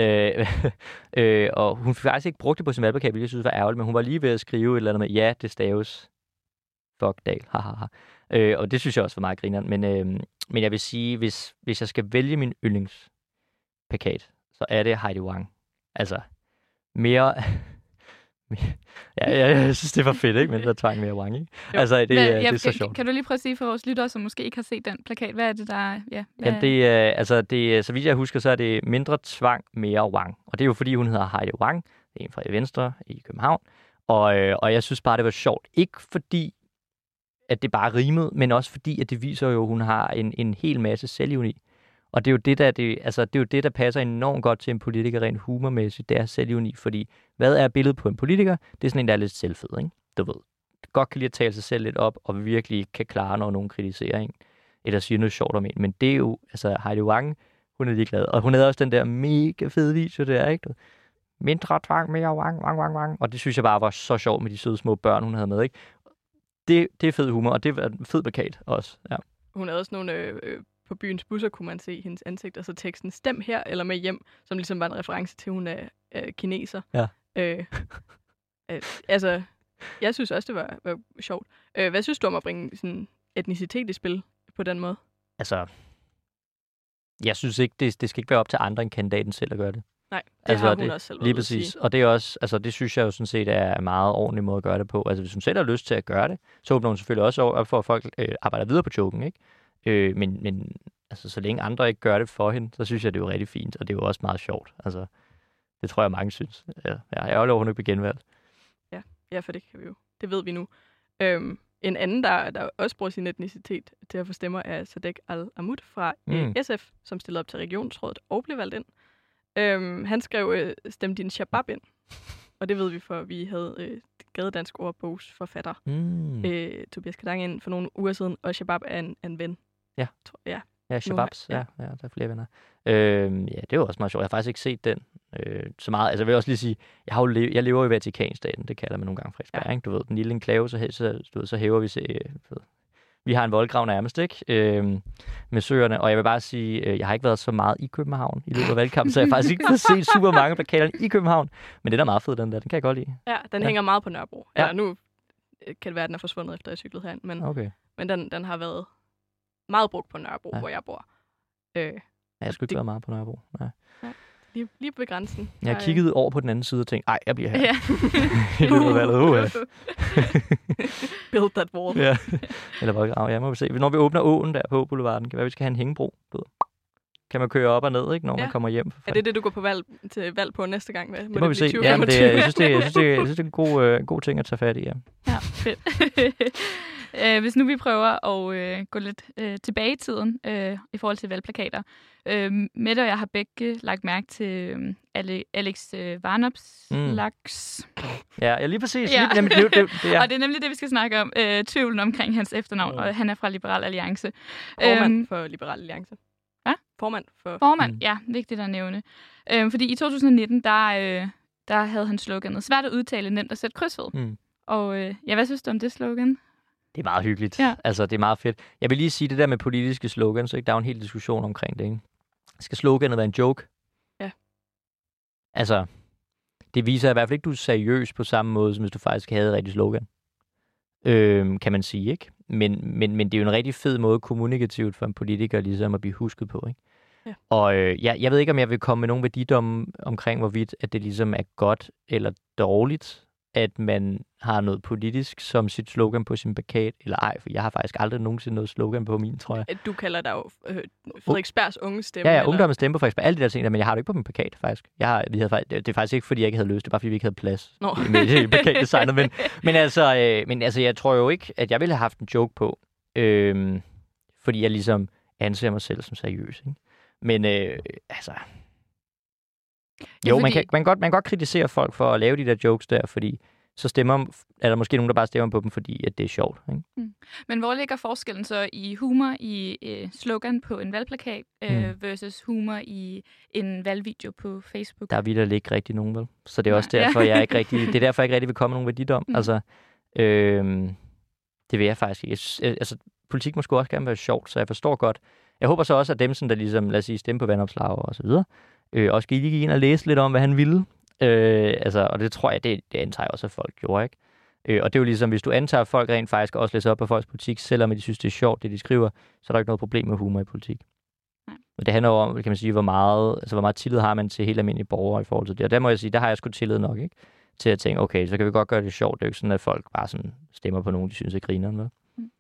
Og hun fik faktisk ikke brugt det på sin valgplakat, hvilket jeg synes var ærgerligt, men hun var lige ved at skrive et eller andet med, ja, det staves Fogdal. Og det synes jeg også var meget grineren. Men jeg vil sige, hvis jeg skal vælge min yndlingsplakat, så er det Heidi Wang. Altså, Jeg synes, det var fedt, ikke? Men der tvang mere Wang, ikke? Altså, det er så sjovt. Kan du lige prøve at sige for vores lyttere, som måske ikke har set den plakat, hvad er det, der... Ja, det er, så vidt jeg husker, så er det mindre tvang, mere Wang. Og det er jo, fordi hun hedder Heidi Wang. Det er en fra Venstre i København. Og jeg synes bare, det var sjovt. Ikke fordi, at det bare rimede, men også fordi, at det viser jo, at hun har en hel masse selvironi. Og det er jo det, der passer enormt godt til en politiker rent humormæssigt, det er selvironi. Fordi, hvad er billedet på en politiker? Det er sådan en, der er lidt selvfed, ikke? Du ved, godt kan lide at tale sig selv lidt op, og virkelig kan klare, når nogen kritiserer en, eller siger noget sjovt om en. Men det er jo, altså Heidi Wang, hun er ligeglad. Og hun havde også den der mega fede video der, ikke? Mindre tvang, mere Wang. Og det synes jeg bare var så sjovt med de søde små børn, hun havde med, ikke? Det er fed humor, og det var en fed plakat også, ja. Hun havde også nogle... På byens busser kunne man se hendes ansigt, og så teksten "stem her" eller "med hjem", som ligesom var en reference til, at hun er kineser. Ja. Altså, jeg synes også, det var sjovt. Hvad synes du om at bringe sådan etnicitet i spil på den måde? Altså, jeg synes ikke, det skal ikke være op til andre end kandidaten selv at gøre det. Nej, det har hun også selv været lige præcis. Og det er også, altså det synes jeg jo sådan set er en meget ordentlig måde at gøre det på. Altså hvis hun selv har lyst til at gøre det, så åbner hun selvfølgelig også op for, at folk arbejder videre på joken, ikke? Men altså, så længe andre ikke gør det for hende, så synes jeg, det er jo rigtig fint, og det er jo også meget sjovt. Altså, det tror jeg, mange synes. Ja, jeg er jo hun ikke på genvalg. Ja, for det kan vi jo. Det ved vi nu. En anden, der også bruger sin etnicitet til at få stemmer, er Sadek Al-Ahmud fra SF, som stillede op til regionsrådet og blev valgt ind. Han skrev, "Stem din shabab ind." Og det ved vi, for vi havde Gadedansk Ordbogs forfatter, Tobias Kadang, ind for nogle uger siden, og shabab er en ven. Ja. Ja, shababs. Ja, der er flere venner. Ja, det var også meget sjovt. Jeg har faktisk ikke set den så meget. Altså, jeg vil også lige sige, jeg lever i Vatikanstaten, det kalder man nogle gange Frederiksberg, ikke? Du ved, den lille enklave, så hæver vi vi har en voldgrav nærmest, ikke? Med søerne, og jeg vil bare sige, jeg har ikke været så meget i København i løbet af valgkampen, så jeg har faktisk ikke fået set super mange plakater i København, men den er meget fed, den der. Den kan jeg godt lide. Ja, den hænger meget på Nørrebro. Ja. Eller nu kan det være, at den er forsvundet, efter jeg cyklede herind, men den har været meget brugt på Nørrebro, hvor jeg bor. Jeg skulle ikke være meget på Nørrebro. Nej. Ja, lige på grænsen. Jeg har kigget over på den anden side og tænkt, jeg bliver her. Ja. I løbet af valget. Build that wall. Ja. Eller voldgrav, ja, må vi se. Når vi åbner åen der på Boulevarden, kan være, vi skal have en hængebro. Kan man køre op og ned, ikke, når man kommer hjem? Er det, du går på valg på næste gang? Med? Det må vi se. Ja, men jeg synes, det er en god ting at tage fat i, ja. Ja, fedt. Hvis nu vi prøver at gå lidt tilbage i tiden i forhold til valgplakater. Mette og jeg har begge lagt mærke til Alex Vanopslaghs. Ja, lige præcis. Ja. Jamen, og det er nemlig det, vi skal snakke om. Tvivlen omkring hans efternavn, og han er fra Liberal Alliance. Formand for Liberal Alliance. Hvad? Formand, ja. Vigtigt at nævne. Fordi i 2019, der havde han sloganet "Svært at udtale, nemt at sætte kryds ved". Og hvad synes du om det slogan? Det er meget hyggeligt. Ja. Altså, det er meget fedt. Jeg vil lige sige det der med politiske slogans, ikke? Der er jo en hel diskussion omkring det, ikke? Skal sloganet være en joke? Ja. Altså, det viser i hvert fald ikke, du er seriøs på samme måde, som hvis du faktisk havde et rigtigt slogan. Kan man sige, ikke? Men det er jo en rigtig fed måde kommunikativt for en politiker ligesom at blive husket på, ikke? Ja. Og jeg ved ikke, om jeg vil komme med nogle værdidomme omkring, hvorvidt at det ligesom er godt eller dårligt, at man har noget politisk som sit slogan på sin plakat, eller ej, for jeg har faktisk aldrig nogensinde noget slogan på min, tror jeg. Du kalder dig jo Frederiksbergs unge stemme. Ja, ungdommens stemme på Frederiksberg, alle de der ting, men jeg har det ikke på min plakat, faktisk. Det er faktisk ikke, fordi jeg ikke havde løst det, bare fordi vi ikke havde plads med plakatdesignet, men altså, jeg tror jo ikke, at jeg ville have haft en joke på, fordi jeg ligesom anser mig selv som seriøs, ikke? Men altså... Jo, man kan godt kritisere folk for at lave de der jokes der, fordi så er der måske nogen, der bare stemmer på dem, fordi at det er sjovt. Ikke? Men hvor ligger forskellen så i humor i slogan på en valgplakat versus humor i en valgvideo på Facebook? Der er vitterligt ikke rigtig nogen, vel? Så det er også derfor, jeg ikke rigtig vil komme nogen værdidom. Altså, det vil jeg faktisk ikke. Altså, politik må sgu også gerne være sjovt, så jeg forstår godt. Jeg håber så også, at dem, der ligesom, lad os sige, stemme på Vanopslagh og så videre, også skal lige ind og læse lidt om, hvad han ville. Og det tror jeg, det antager også, at folk gjorde, ikke? Og det er jo ligesom, hvis du antager, at folk rent faktisk også læser op på folks politik, selvom de synes, det er sjovt, det de skriver, så er der ikke noget problem med humor i politik. Nej. Og det handler om, kan man sige, hvor meget tillid har man til helt almindelige borgere i forhold til det. Og der må jeg sige, der har jeg sgu tillid nok, ikke? til at tænke, okay, så kan vi godt gøre det sjovt. Det er jo ikke sådan, at folk bare sådan stemmer på nogen, de synes er grineren med.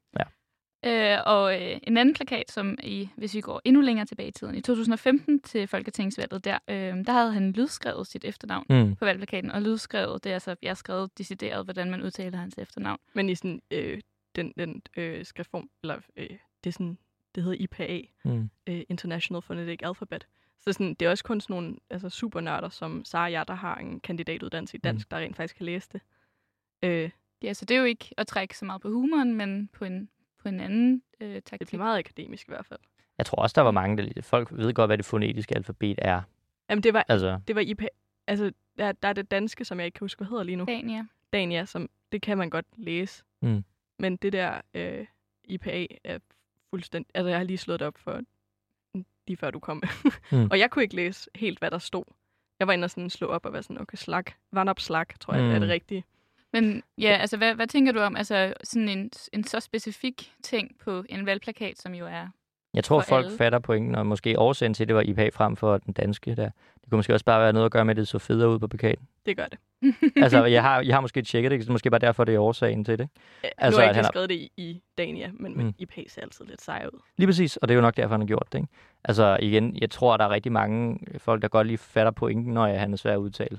En anden plakat, som hvis vi går endnu længere tilbage i tiden, i 2015 til folketingsvalget, der havde han lydskrevet sit efternavn på valgplakaten, og lydskrevet, det er altså, jeg har skrevet decideret, hvordan man udtaler hans efternavn. Men i sådan den skriftform, eller det er sådan, det hedder IPA, International Phonetic Alphabet. Så sådan, det er også kun sådan nogle altså supernørder, som Sara og jeg, der har en kandidatuddannelse i dansk, der rent faktisk kan læse det. Ja, så det er jo ikke at trække så meget på humoren, men på en anden taktik. Det er meget akademisk i hvert fald. Jeg tror også, der var mange, folk ved godt, hvad det fonetiske alfabet er. Jamen, det var IPA. Altså, der er det danske, som jeg ikke kan huske, hvad hedder lige nu. Dania, som det kan man godt læse. Men det der IPA er fuldstændig... Altså, jeg har lige slået det op for lige før du kom. Og jeg kunne ikke læse helt, hvad der stod. Jeg var inde og sådan slå op og være sådan, okay, slag, tror jeg, er det rigtige. Men ja, altså hvad tænker du om altså sådan en så specifik ting på en valgplakat, som jo er Jeg tror, folk fatter pointen, og måske årsagen til, det var IPA frem for den danske der. Det kunne måske også bare være noget at gøre med, at det så federe ud på plakaten. Det gør det. Altså, jeg har måske tjekket det, så måske bare derfor, det er årsagen til det. Altså, nu har jeg ikke skrevet det i Dania, men IPA ser altid lidt sej ud. Lige præcis, og det er jo nok derfor, han har gjort det, ikke? Altså igen, jeg tror, der er rigtig mange folk, der godt lige fatter pointen, når han er svær at udtale.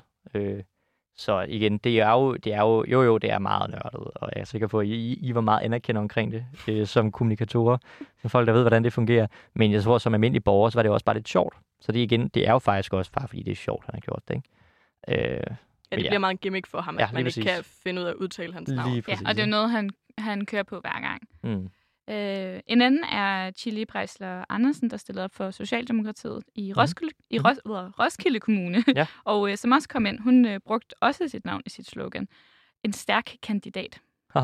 Så igen, det er meget nørdet, og jeg er sikker på, at I var meget anerkendt omkring det som kommunikatorer, som folk, der ved, hvordan det fungerer. Men jeg tror, som almindelig borger, så var det også bare lidt sjovt. Så det er jo faktisk også bare, fordi det er sjovt, han har gjort det, ikke? Det bliver meget en gimmick for ham, at man ikke kan finde ud af at udtale hans navn. Ja, og det er noget, han kører på hver gang. En anden er Chili Breisler Andersen, der stillede op for Socialdemokratiet i Roskilde Kommune, og som også kom ind. Hun brugte også sit navn i sit slogan. En stærk kandidat. Ja.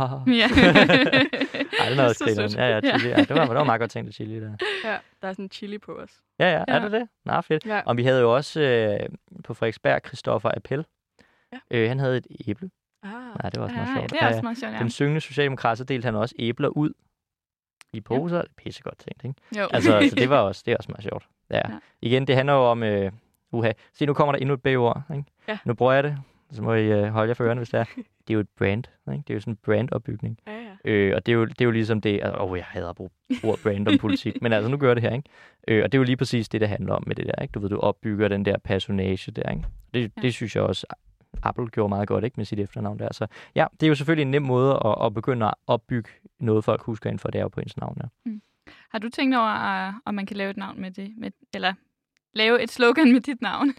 Ej, det er også grineren. Ja, chili. Ja, det var meget godt tænkt, Chili der. Ja, der er sådan en chili på os. Ja, er det det? Nå, fedt. Ja. Og vi havde jo også på Frederiksberg Christoffer Appel. Ja. Han havde et æble. Nej, det var også meget sjovt. Det er også meget sjovt, ja. Den syngende socialdemokrat, så delte han også æbler ud i poser. Det er pissegodt tænkt, ikke? Jo. Altså, så det er også meget sjovt. Ja. Igen, det handler jo om... Se, nu kommer der endnu et B-ord, ikke? Ja. Nu bruger jeg det. Så må I holde jer for ørerne, hvis det er. Det er jo et brand, ikke? Det er jo sådan en brandopbygning. Ja. Og det er jo ligesom det... jeg hader at bruge ordet brand om politik, men altså, nu gør det her, ikke? Og det er jo lige præcis det handler om med det der, ikke? Du ved, du opbygger den der personage der, ikke? Det synes jeg også... Apple gjorde meget godt, ikke, med sit efternavn der. Så ja, det er jo selvfølgelig en nem måde at begynde at opbygge noget, folk husker inden for, det er jo på ens navn. Ja. Har du tænkt over, om man kan lave et navn med det? Eller lave et slogan med dit navn?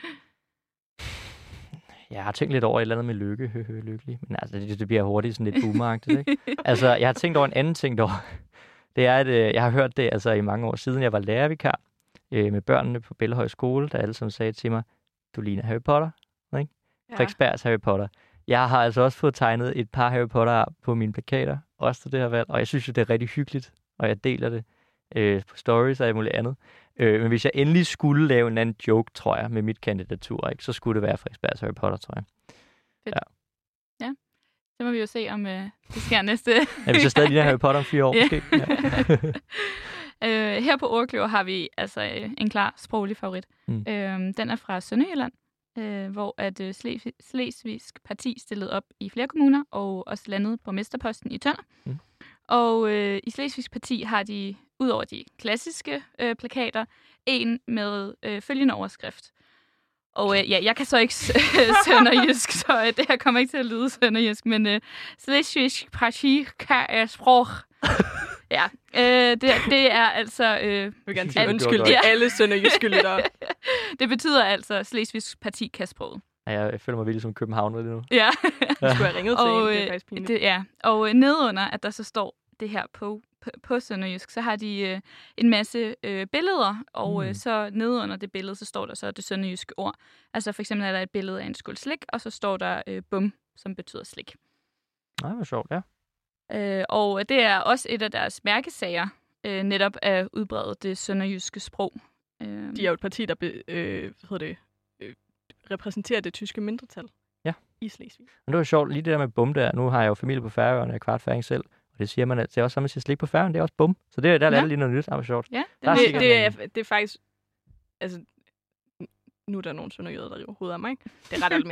Jeg har tænkt lidt over et eller andet med lykkelig. Men altså, det bliver hurtigt sådan lidt boomeragtigt, ikke? Altså, jeg har tænkt over en anden ting dog. Det er, at jeg har hørt det altså i mange år siden, jeg var lærervikar med børnene på Bellehøj Skole, der alle sammen sagde til mig, du ligner Harry Potter, ikke? Frederiksbergs Harry Potter. Jeg har altså også fået tegnet et par Harry Potter på mine plakater, også til det her valg, og jeg synes jo, det er rigtig hyggeligt, og jeg deler det på stories og alt muligt andet. Men hvis jeg endelig skulle lave en anden joke, tror jeg, med mit kandidatur, ikke, så skulle det være Frederiksbergs Harry Potter, tror jeg. Fedt. Ja. Så må vi jo se, om det sker næste... Ja, hvis jeg stadig ligner Harry Potter om 4 år, måske. Ja. Her på Ordkløver har vi altså en klar sproglig favorit. Den er fra Sønderjylland, hvor at Slesvigsk Parti stillede op i flere kommuner, og også landede på borgmesterposten i Tønder. Og i Slesvigsk Parti har de, ud over de klassiske plakater, en med følgende overskrift. Og jeg kan så ikke sønderjysk, så det her kommer ikke til at lyde sønderjysk, men Slesvigsk Parti kan sprog. Ja, det er altså... jeg vil gerne sige undskyld til alle sønderjyske lyttere. Det betyder altså, Slesvigsk Parti kan sproget. Ja, jeg føler mig virkelig som København lige nu. Ja. Du skulle have ringet til en, det er faktisk pinligt. Og nedunder, at der så står det her på sønderjysk, så har de en masse billeder, og så nedunder det billede, så står der så det sønderjyske ord. Altså for eksempel er der et billede af en skål slik, og så står der bum, som betyder slik. Nej, hvor sjovt, ja. Og det er også et af deres mærkesager, netop at udbrede det sønderjyske sprog. De er jo et parti, der repræsenterer det tyske mindretal i Slesvig. Men det var sjovt, lige det der med bum der. Nu har jeg jo familie på Færøerne, jeg er kvartfæring selv, og det siger man, at det er også sammen, at slik på Færøerne, det er også bum. Så der er lige noget nyt, det er sjovt. Ja, det er faktisk, altså, nu er der nogle sønderjyder, der river hovedet af mig, ikke? Det er ret almindeligt,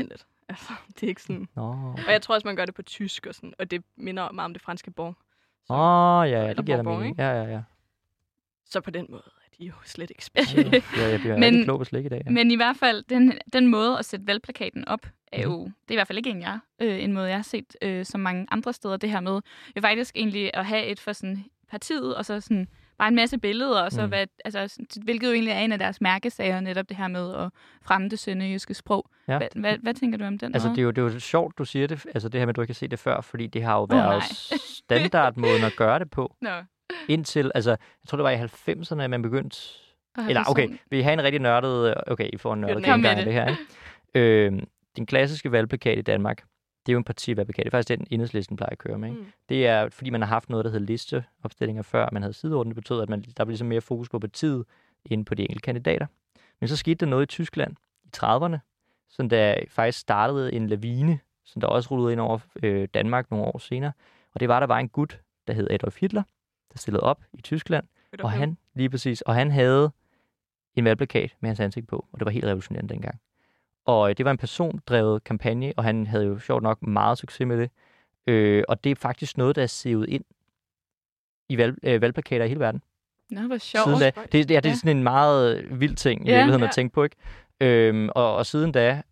Altså, det er ikke sådan... Nå. Og jeg tror også, man gør det på tysk, og, sådan, og det minder meget om det franske bon. Ja, det giver da mening. Ja. Så på den måde er de jo slet ikke specielle. Ja, jeg bliver rigtig klog på slik i dag. Ja. Men i hvert fald, den måde at sætte valgplakaten op, er jo, det er i hvert fald ikke en måde, jeg har set så mange andre steder, det her med jo faktisk egentlig at have et for sådan partiet, og så sådan bare en masse billeder, og så hvilket jo egentlig er en af deres mærkesager, netop det her med at fremme det sønderjyske sprog. Ja. Hvad tænker du om den måde? Det er jo sjovt, du siger det, altså det her med, at du ikke har set det før, fordi det har jo været standardmåden at gøre det på. Indtil, altså, jeg tror, det var i 90'erne, at man begyndte... Eller, okay, vi har en rigtig nørdet... Okay, I får en nørdet gengang af det her, ikke? Den klassiske valgplakat i Danmark, det er jo en partivalgplakat. Det er faktisk den, Enhedslisten plejer at køre med, ikke? Det er, fordi man har haft noget, der hed listeopstillinger før. Man havde sideorden, det betød, at der blev ligesom mere fokus på partiet, end på de enkelte kandidater. Men så skete der noget i Tyskland i 30'erne, som der faktisk startede en lavine, som der også rullede ind over Danmark nogle år senere. Og det var, der var en gut, der hed Adolf Hitler, der stillede op i Tyskland, og han havde en valgplakat med hans ansigt på, og det var helt revolutionerende dengang. Og det var en persondrevet kampagne, og han havde jo sjovt nok meget succes med det. Og det er faktisk noget, der er sivet ind i valgplakater i hele verden. Nå, hvor sjovt. Det er sådan en meget vild ting i virkeligheden at tænke på, ikke? Og siden da,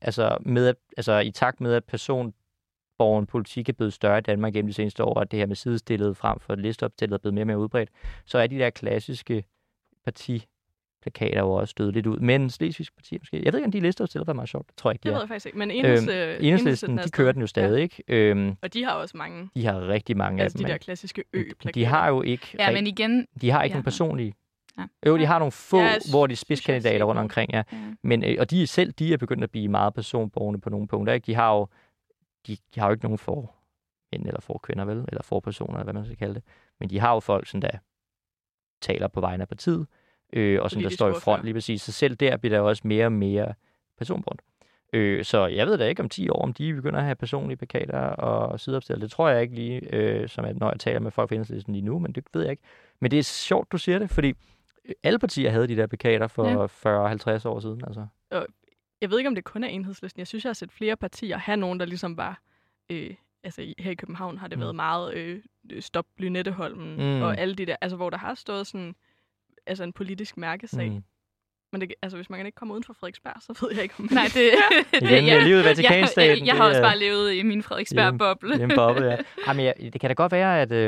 i takt med, at personborgen politik er blevet større i Danmark gennem de seneste år, og det her med sidestillet frem for listeopstillet er blevet mere og mere udbredt, så er de der klassiske partiplakater jo også stødet lidt ud. Men Slesvigsk Parti måske. Jeg ved ikke, om de listeopstillet var meget sjovt. Det tror jeg ikke, det ved jeg faktisk ikke. Men Enhedslisten, de kører den jo stadig, ikke? Og de har også mange. De har rigtig mange af dem. De der klassiske ø-plakater. De har jo ikke... men igen... De har ikke nogen personlige... Ja. De har nogle få, hvor de spidskandidater rundt omkring, Men, og de er begyndt at blive meget personborgerne på nogle punkter, ikke? De har jo ikke nogen mænd eller kvinder, vel? Eller personer, eller hvad man skal kalde det. Men de har jo folk, som der taler på vegne af partiet, og som der står i front lige præcis. Så selv der bliver der også mere og mere personbånd. Så jeg ved da ikke om 10 år, om de begynder at have personlige plakater og sideopstillet. Det tror jeg ikke lige, som at når jeg taler med folk fra Enhedslisten lige nu, men det ved jeg ikke. Men det er sjovt, du siger det, fordi alle partier havde de der plakater for 40-50 år siden. Altså. Jeg ved ikke, om det kun er Enhedslisten. Jeg synes, jeg har set flere partier have nogen, der ligesom var... her i København har det været meget stop Lynetteholmen og alle de der... Altså, hvor der har stået sådan... Altså, en politisk mærkesag. Men det, altså, hvis man ikke kommer uden for Frederiksberg, så ved jeg ikke, om... Nej, jeg levet i Vatikanstaten. Jeg har også bare levet i min Frederiksberg-boble. En boble, ja. Jamen, det kan da godt være, at...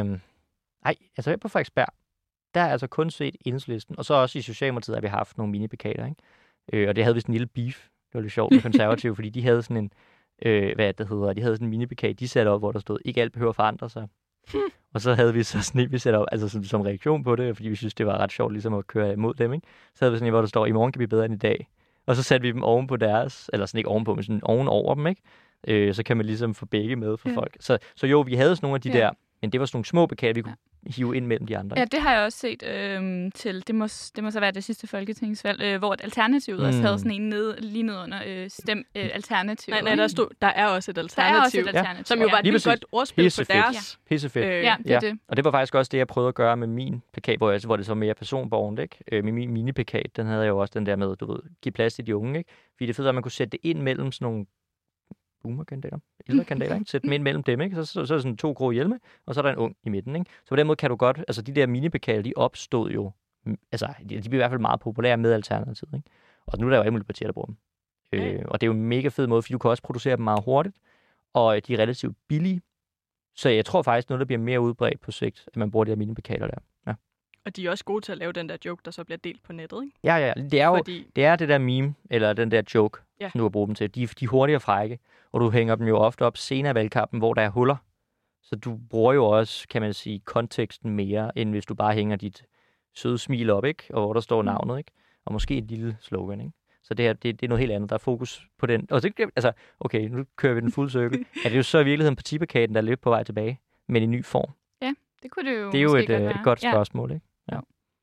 altså på Frederiksberg, der er altså kun set Enhedslisten, og så også i Socialdemokratiet har vi haft nogle mini-plakater, ikke? Og det havde vist en lille beef. Det var lidt sjovt med konservative, fordi de havde sådan en... de havde sådan en mini-plakat, de satte op, hvor der stod, ikke alt behøver at forandre sig. Og så havde vi så sådan en, vi satte op, altså som reaktion på det, fordi vi synes, det var ret sjovt ligesom at køre imod dem, ikke? Så havde vi sådan en, hvor der står, i morgen kan vi bedre end i dag. Og så satte vi dem oven på deres, eller sådan ikke ovenpå, men sådan oven over dem, ikke? Så kan man ligesom få begge med for folk. Så jo, vi havde sådan nogle af de der, men det var sådan nogle små plakater, vi kunne hive ind mellem de andre. Ja, det har jeg også set til. Det må så være det sidste folketingsvalg, hvor et Alternativet også havde sådan en lige ned under stem Alternativ. Nej, der er også et Alternativ. Som jo var et godt ordspil på deres. Pissefedt. Ja, det er det. Og det var faktisk også det, jeg prøvede at gøre med min plakat, hvor det så var mere personborgent, ikke? Med min mini-plakat, den havde jeg jo også den der med, du ved, give plads til de unge, ikke? Fordi det er fedt, at man kunne sætte det ind mellem sådan nogle boomer-kandidater, ældre kandidater, ikke? Sæt dem ind mellem dem, ikke? Så er der sådan 2 grå hjelme, og så er der en ung i midten, ikke? Så på den måde kan du godt, altså de der mini-plakater, de opstod jo, altså de blev i hvert fald meget populære med Alternativet, ikke? Og nu er der jo alle mulige partier, der bruger dem. Og det er jo en mega fed måde, fordi du kan også producere dem meget hurtigt, og de er relativt billige. Så jeg tror faktisk, noget, der bliver mere udbredt på sigt, at man bruger de her mini-plakater der. Ja. Og de er også gode til at lave den der joke, der så bliver delt på nettet, ikke? Ja. Det er jo det er det der meme, eller den der joke, som du kan bruge dem til. De er hurtige og frække, og du hænger dem jo ofte op senere i valgkampen, hvor der er huller. Så du bruger jo også, kan man sige, konteksten mere, end hvis du bare hænger dit søde smil op, ikke? Og hvor der står navnet, ikke? Og måske et lille slogan, ikke? Så det her, det er noget helt andet. Der er fokus på den. Og så, altså, okay, nu kører vi den fulde cirkel. Er det jo så i virkeligheden partiplakaten, der er lidt på vej tilbage, men i ny form? Ja, det kunne det jo. Det er jo et godt spørgsmål, ikke? Ja.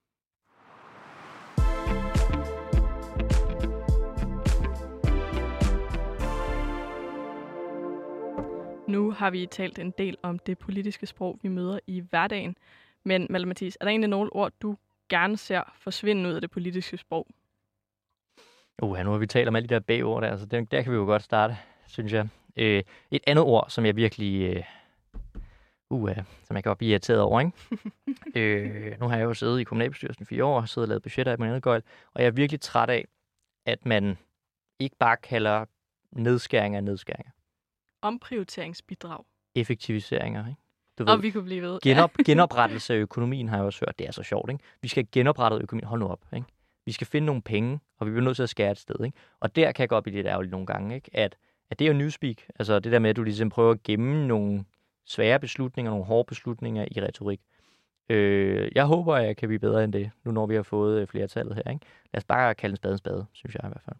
Nu har vi talt en del om det politiske sprog, vi møder i hverdagen. Men Malte Mathies, er der egentlig nogle ord, du gerne ser forsvinde ud af det politiske sprog? Nu har vi talt om alle de der B-ord der, så der kan vi jo godt starte, synes jeg. Et andet ord, som jeg virkelig... som jeg kan blive irriteret over, ikke? Nu har jeg jo siddet i kommunalbestyrelsen 4 år, og siddet og lavet budgetter af min andet gøjl, og jeg er virkelig træt af, at man ikke bare kalder nedskæringer. Omprioriteringsbidrag. Effektiviseringer, ikke? Du Og vi kunne blive ved. Genoprettelse af økonomien har jeg også hørt. Det er så sjovt, ikke? Vi skal genoprette økonomien. Hold nu op, ikke? Vi skal finde nogle penge, og vi bliver nødt til at skære et sted, ikke? Og der kan jeg godt blive lidt ærgerligt nogle gange, ikke? At det er jo newspeak. Altså det der med, at du ligesom prøver at gemme nogle svære beslutninger, nogle hårde beslutninger i retorik. Jeg håber, at jeg kan blive bedre end det, nu når vi har fået flertallet her, ikke? Lad os bare kalde en spade, synes jeg i hvert fald.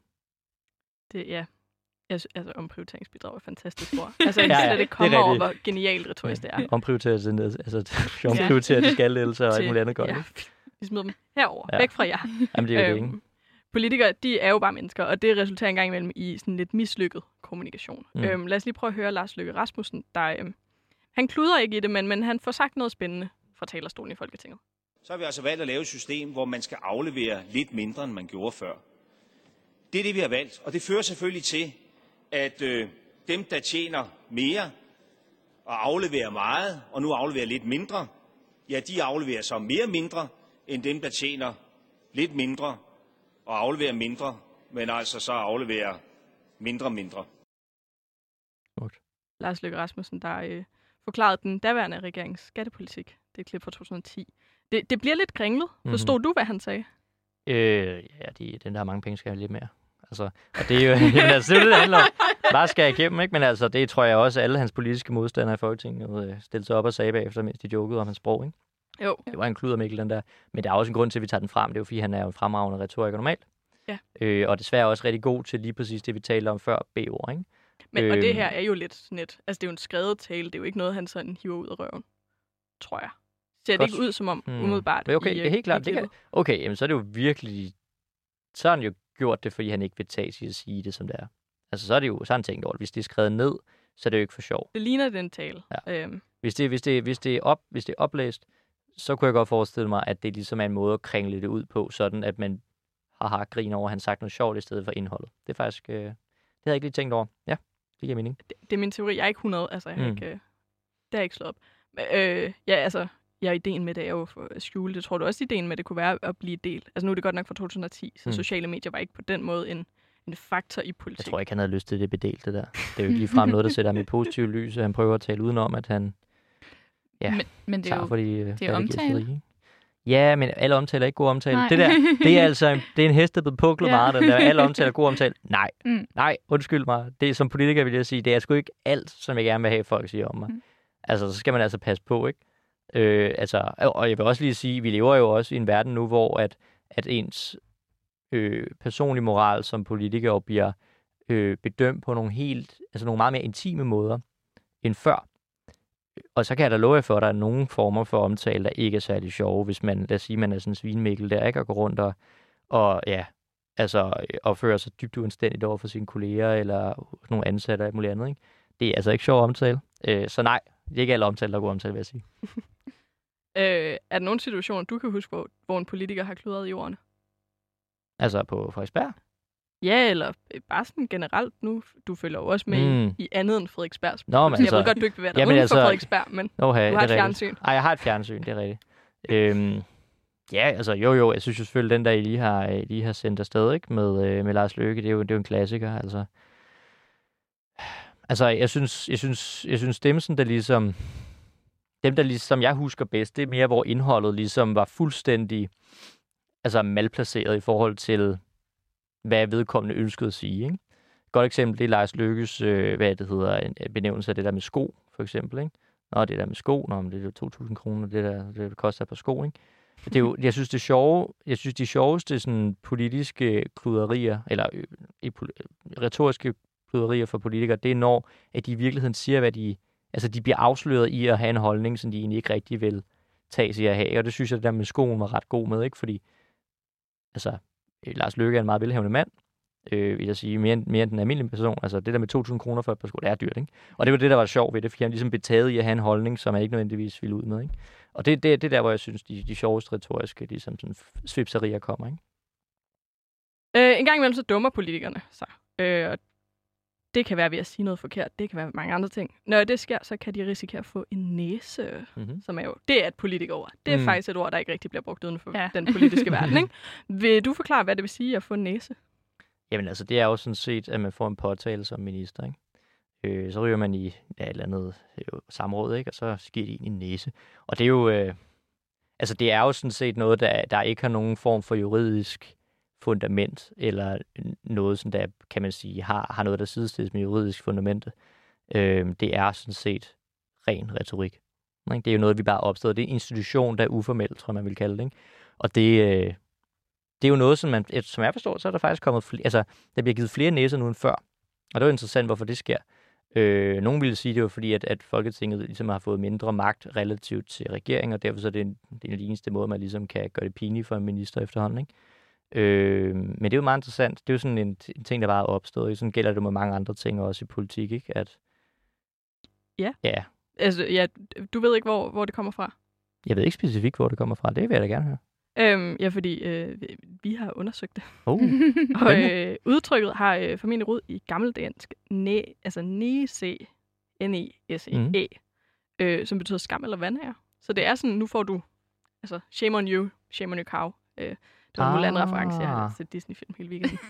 Altså, omprioriteringsbidrag er fantastisk ord. Altså, jeg kan slet ikke komme over, hvor genialt retorisk det er. Omprioritere de skattelettelser og alt muligt andet godt. Ja, vi smider dem herover, væk fra jer. Jamen, det er jo det, ikke? Politikere, de er jo bare mennesker, og det resulterer engang imellem i sådan lidt mislykket kommunikation. Lad os lige prøve at høre Lars Løkke Rasmussen, der han kluder ikke i det, men han får sagt noget spændende fra talerstolen i Folketinget. Så har vi altså valgt at lave et system, hvor man skal aflevere lidt mindre, end man gjorde før. Det er det, vi har valgt, og det fører selvfølgelig til, at dem, der tjener mere og afleverer meget, og nu afleverer lidt mindre, ja, de afleverer så mere mindre, end dem, der tjener lidt mindre og afleverer mindre, men altså så afleverer mindre. Lars Løkke Rasmussen, der forklarede den daværende regerings skattepolitik. Det er et klip fra 2010. Det bliver lidt kringlet. Forstod du, hvad han sagde? Den der mange penge skal have lidt mere. Altså, og det er jo altså, det handler om. Bare skal jeg igennem, ikke? Men altså, det tror jeg også, alle hans politiske modstandere i Folketinget stillede sig op og sagde bagefter, mens de jokede om hans sprog, ikke? Jo. Det var en kludermikkel, den der. Men der er også en grund til, at vi tager den frem. Det er jo, fordi han er jo en fremragende retoriker normalt. Ja. Og desværre også rigtig god til lige præcis det, vi talte om før, B-ord, ikke? Men, og det her er jo lidt sådan et... Altså, det er jo en skrevet tale. Det er jo ikke noget, han sådan hiver ud af røven, tror jeg. Ser det ikke ud som om, umiddelbart? Okay, det er helt klart. Okay, jamen, så er det jo virkelig... Så har han jo gjort det, fordi han ikke vil tage sig at sige det, som det er. Altså, så er det jo sådan tænkt over, hvis det er skrevet ned, så er det jo ikke for sjov. Det ligner den tale. Ja. Hvis det er oplæst, så kunne jeg godt forestille mig, at det ligesom er en måde at kringle det ud på, sådan at man har griner over, at han sagt noget sjovt i stedet for indholdet. Det er faktisk... det havde jeg ikke lige tænkt over. Ja, det giver mening. Det er min teori. Jeg er ikke 100, altså jeg har ikke, det har jeg ikke slået op. Ideen med det er jo for at skjule det. Tror du også, ideen med det kunne være at blive delt? Altså nu er det godt nok fra 2010, så sociale medier var ikke på den måde en faktor i politik. Jeg tror ikke, han havde lyst til det bedelt, det der. Det er jo ikke ligefrem noget, der sætter ham i positivt lys, og han prøver at tale udenom, at han men det er jo det er omtale. Ja, men alle omtaler er ikke god omtale. Det der, det er altså det er en hest, der er blevet puklet meget, den der. Alle omtaler er god omtale. Nej, undskyld mig. Det er som politiker, vil jeg sige, det er sgu ikke alt, som jeg gerne vil have, folk siger om mig. Altså, så skal man altså passe på, ikke? Og jeg vil også lige sige, vi lever jo også i en verden nu, hvor at ens personlige moral som politiker bliver bedømt på nogle meget mere intime måder end før. Og så kan jeg da love jer for, at der er nogle former for omtale, der ikke er særlig sjove, hvis man, lad os sige, man er sådan en svinmikkel der, ikke? Og går rundt og opfører sig dybt uanstændigt over for sine kolleger, eller nogle ansatte og alt muligt andet, ikke? Det er altså ikke sjov omtale. Så nej, det er ikke alle omtale, der er god omtale, vil jeg sige. Er der nogle situationer, du kan huske, hvor en politiker har kludret i ordene? Altså på Frederiksberg? Ja, eller bare sådan generelt nu. Du følger jo også med i andet end Frederiksberg. Nå, men jeg ved godt, du ikke vil være der uden for Frederiksberg, men du har et fjernsyn. Nej, jeg har et fjernsyn, det er rigtigt. Jo, jeg synes jo selvfølgelig, den der, I lige har sendt afsted, ikke? Med Lars Løkke, det er jo en klassiker, altså. Altså, jeg synes dem, der ligesom jeg husker bedst, det er mere, hvor indholdet ligesom var fuldstændig malplaceret i forhold til, hvad vedkommende ønskede at sige, ikke? Et godt eksempel, det er Lars Løkkes, en benævnelse af det der med sko, for eksempel, ikke? Det der med sko, det er 2.000 kroner, det koster et par sko, ikke? Det er jo, jeg synes, de sjoveste sådan, politiske kluderier, eller retoriske kluderier for politikere, det er når, at de i virkeligheden siger, hvad de bliver afsløret i at have en holdning, som de egentlig ikke rigtig vil tage sig at have. Og det synes jeg, det der med skoen var ret god med, ikke? Fordi, Lars Løkke er en meget velhavende mand, vil jeg sige, mere end den almindelige person. Altså, det der med 2.000 kroner for et par sko, det er dyrt, ikke? Og det var det, der var sjovt ved det, fordi han ligesom blev taget i at have en holdning, som han ikke nødvendigvis ville ud med, ikke? Og det er der, hvor jeg synes, de sjoveste retoriske, ligesom sådan svipserier kommer, ikke? En gang imellem så dummer politikerne sig. Det Det kan være ved at sige noget forkert. Det kan være mange andre ting. Når det sker, så kan de risikere at få en næse, som er jo... Det er et politikerord. Det er faktisk et ord, der ikke rigtig bliver brugt uden for den politiske verden, ikke? Vil du forklare, hvad det vil sige at få en næse? Jamen altså, det er jo sådan set, at man får en påtale som minister, ikke? Så ryger man i et eller andet samråd, ikke? Og så sker det ind i en næse. Og det er jo... altså, det er jo sådan set noget, der ikke har nogen form for juridisk fundament, eller noget, som der, kan man sige, har noget, der sidestilles med juridisk fundament. Det er sådan set ren retorik. Ikke? Det er jo noget, vi bare har opstået. Det er en institution, der er uformel, tror jeg, man vil kalde det. Ikke? Og det er jo noget, som jeg forstår, så er der faktisk kommet der bliver givet flere næser nu end før. Og det er jo interessant, hvorfor det sker. Nogen ville sige, det var fordi, at Folketinget ligesom har fået mindre magt relativt til regeringen, og derfor så er det den eneste måde, man ligesom kan gøre det pinligt for en minister efterhånden, ikke? Men det er jo meget interessant. Det er jo sådan en ting, der bare er opstået. Sådan gælder det med mange andre ting også i politik, ikke? At... Ja. Altså, ja, du ved ikke, hvor det kommer fra? Jeg ved ikke specifikt, hvor det kommer fra. Det vil jeg da gerne høre. Ja, fordi vi har undersøgt det. Og udtrykket har formentlig rod i gammeldansk næse, N-E-S-E, som betyder skam eller vandære. Så det er sådan, nu får du, altså, shame on you, shame on your cow. Det var en Mulan-reference, jeg har set Disney-film hele weekenden.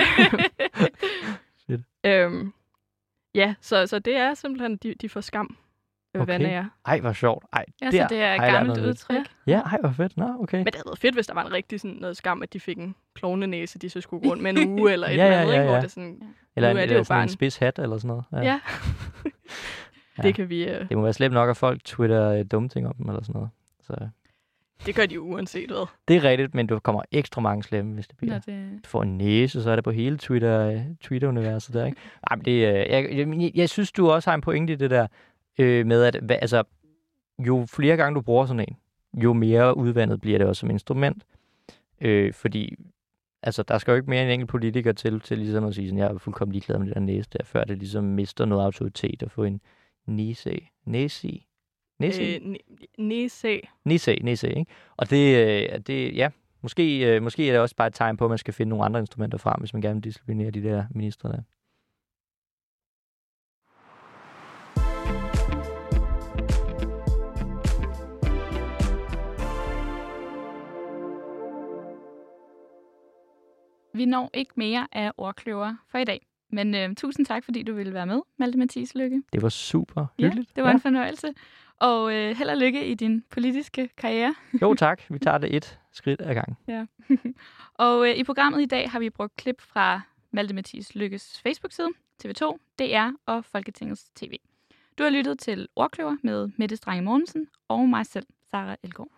Ja, så det er simpelthen, de får skam. Vandære. Ej, hvor sjovt. Ej, ja, så det er et gammelt udtryk. Ja, ej, hvor fedt. Nå, okay. Men det havde været fedt, hvis der var en rigtig sådan noget skam, at de fik en klovnenæse, de så skulle gå rundt med en uge, eller et eller andet, ikke? Hvor det sådan, eller nu er det eller jo bare en spids hat, eller sådan noget. Ja. Det kan vi... Det må være slemt nok, at folk twitter dumme ting om dem, eller sådan noget. Så... Det gør de jo uanset hvad. Det er rigtigt, men du kommer ekstra mange slemme, hvis det bliver. Du får en næse, så er det på hele Twitter-universet der, ikke? Ej, men det, jeg synes, du også har en pointe i det der, med at altså, jo flere gange du bruger sådan en, jo mere udvandet bliver det også som instrument. Fordi altså, der skal jo ikke mere end en enkelt politiker til ligesom at sige, sådan, jeg er fuldkommen ligeglad med det der næse der, før det ligesom mister noget autoritet at få en næse, ikke? Og det ja, måske er det også bare et tegn på, at man skal finde nogle andre instrumenter frem, hvis man gerne vil disciplinere de der ministre der. Vi når ikke mere af ordkløver for i dag. Men tusind tak, fordi du ville være med, Malte Mathies Lykke. Det var super hyggeligt. Ja, det var en fornøjelse. Og held og lykke i din politiske karriere. Jo tak, vi tager det et skridt ad gangen. Ja. Og i programmet i dag har vi brugt klip fra Malte Mathies Lykkes Facebook-side, TV2, DR og Folketingets TV. Du har lyttet til Ordkløver med Mette Strange Mogensen og mig selv, Sara Elgaard.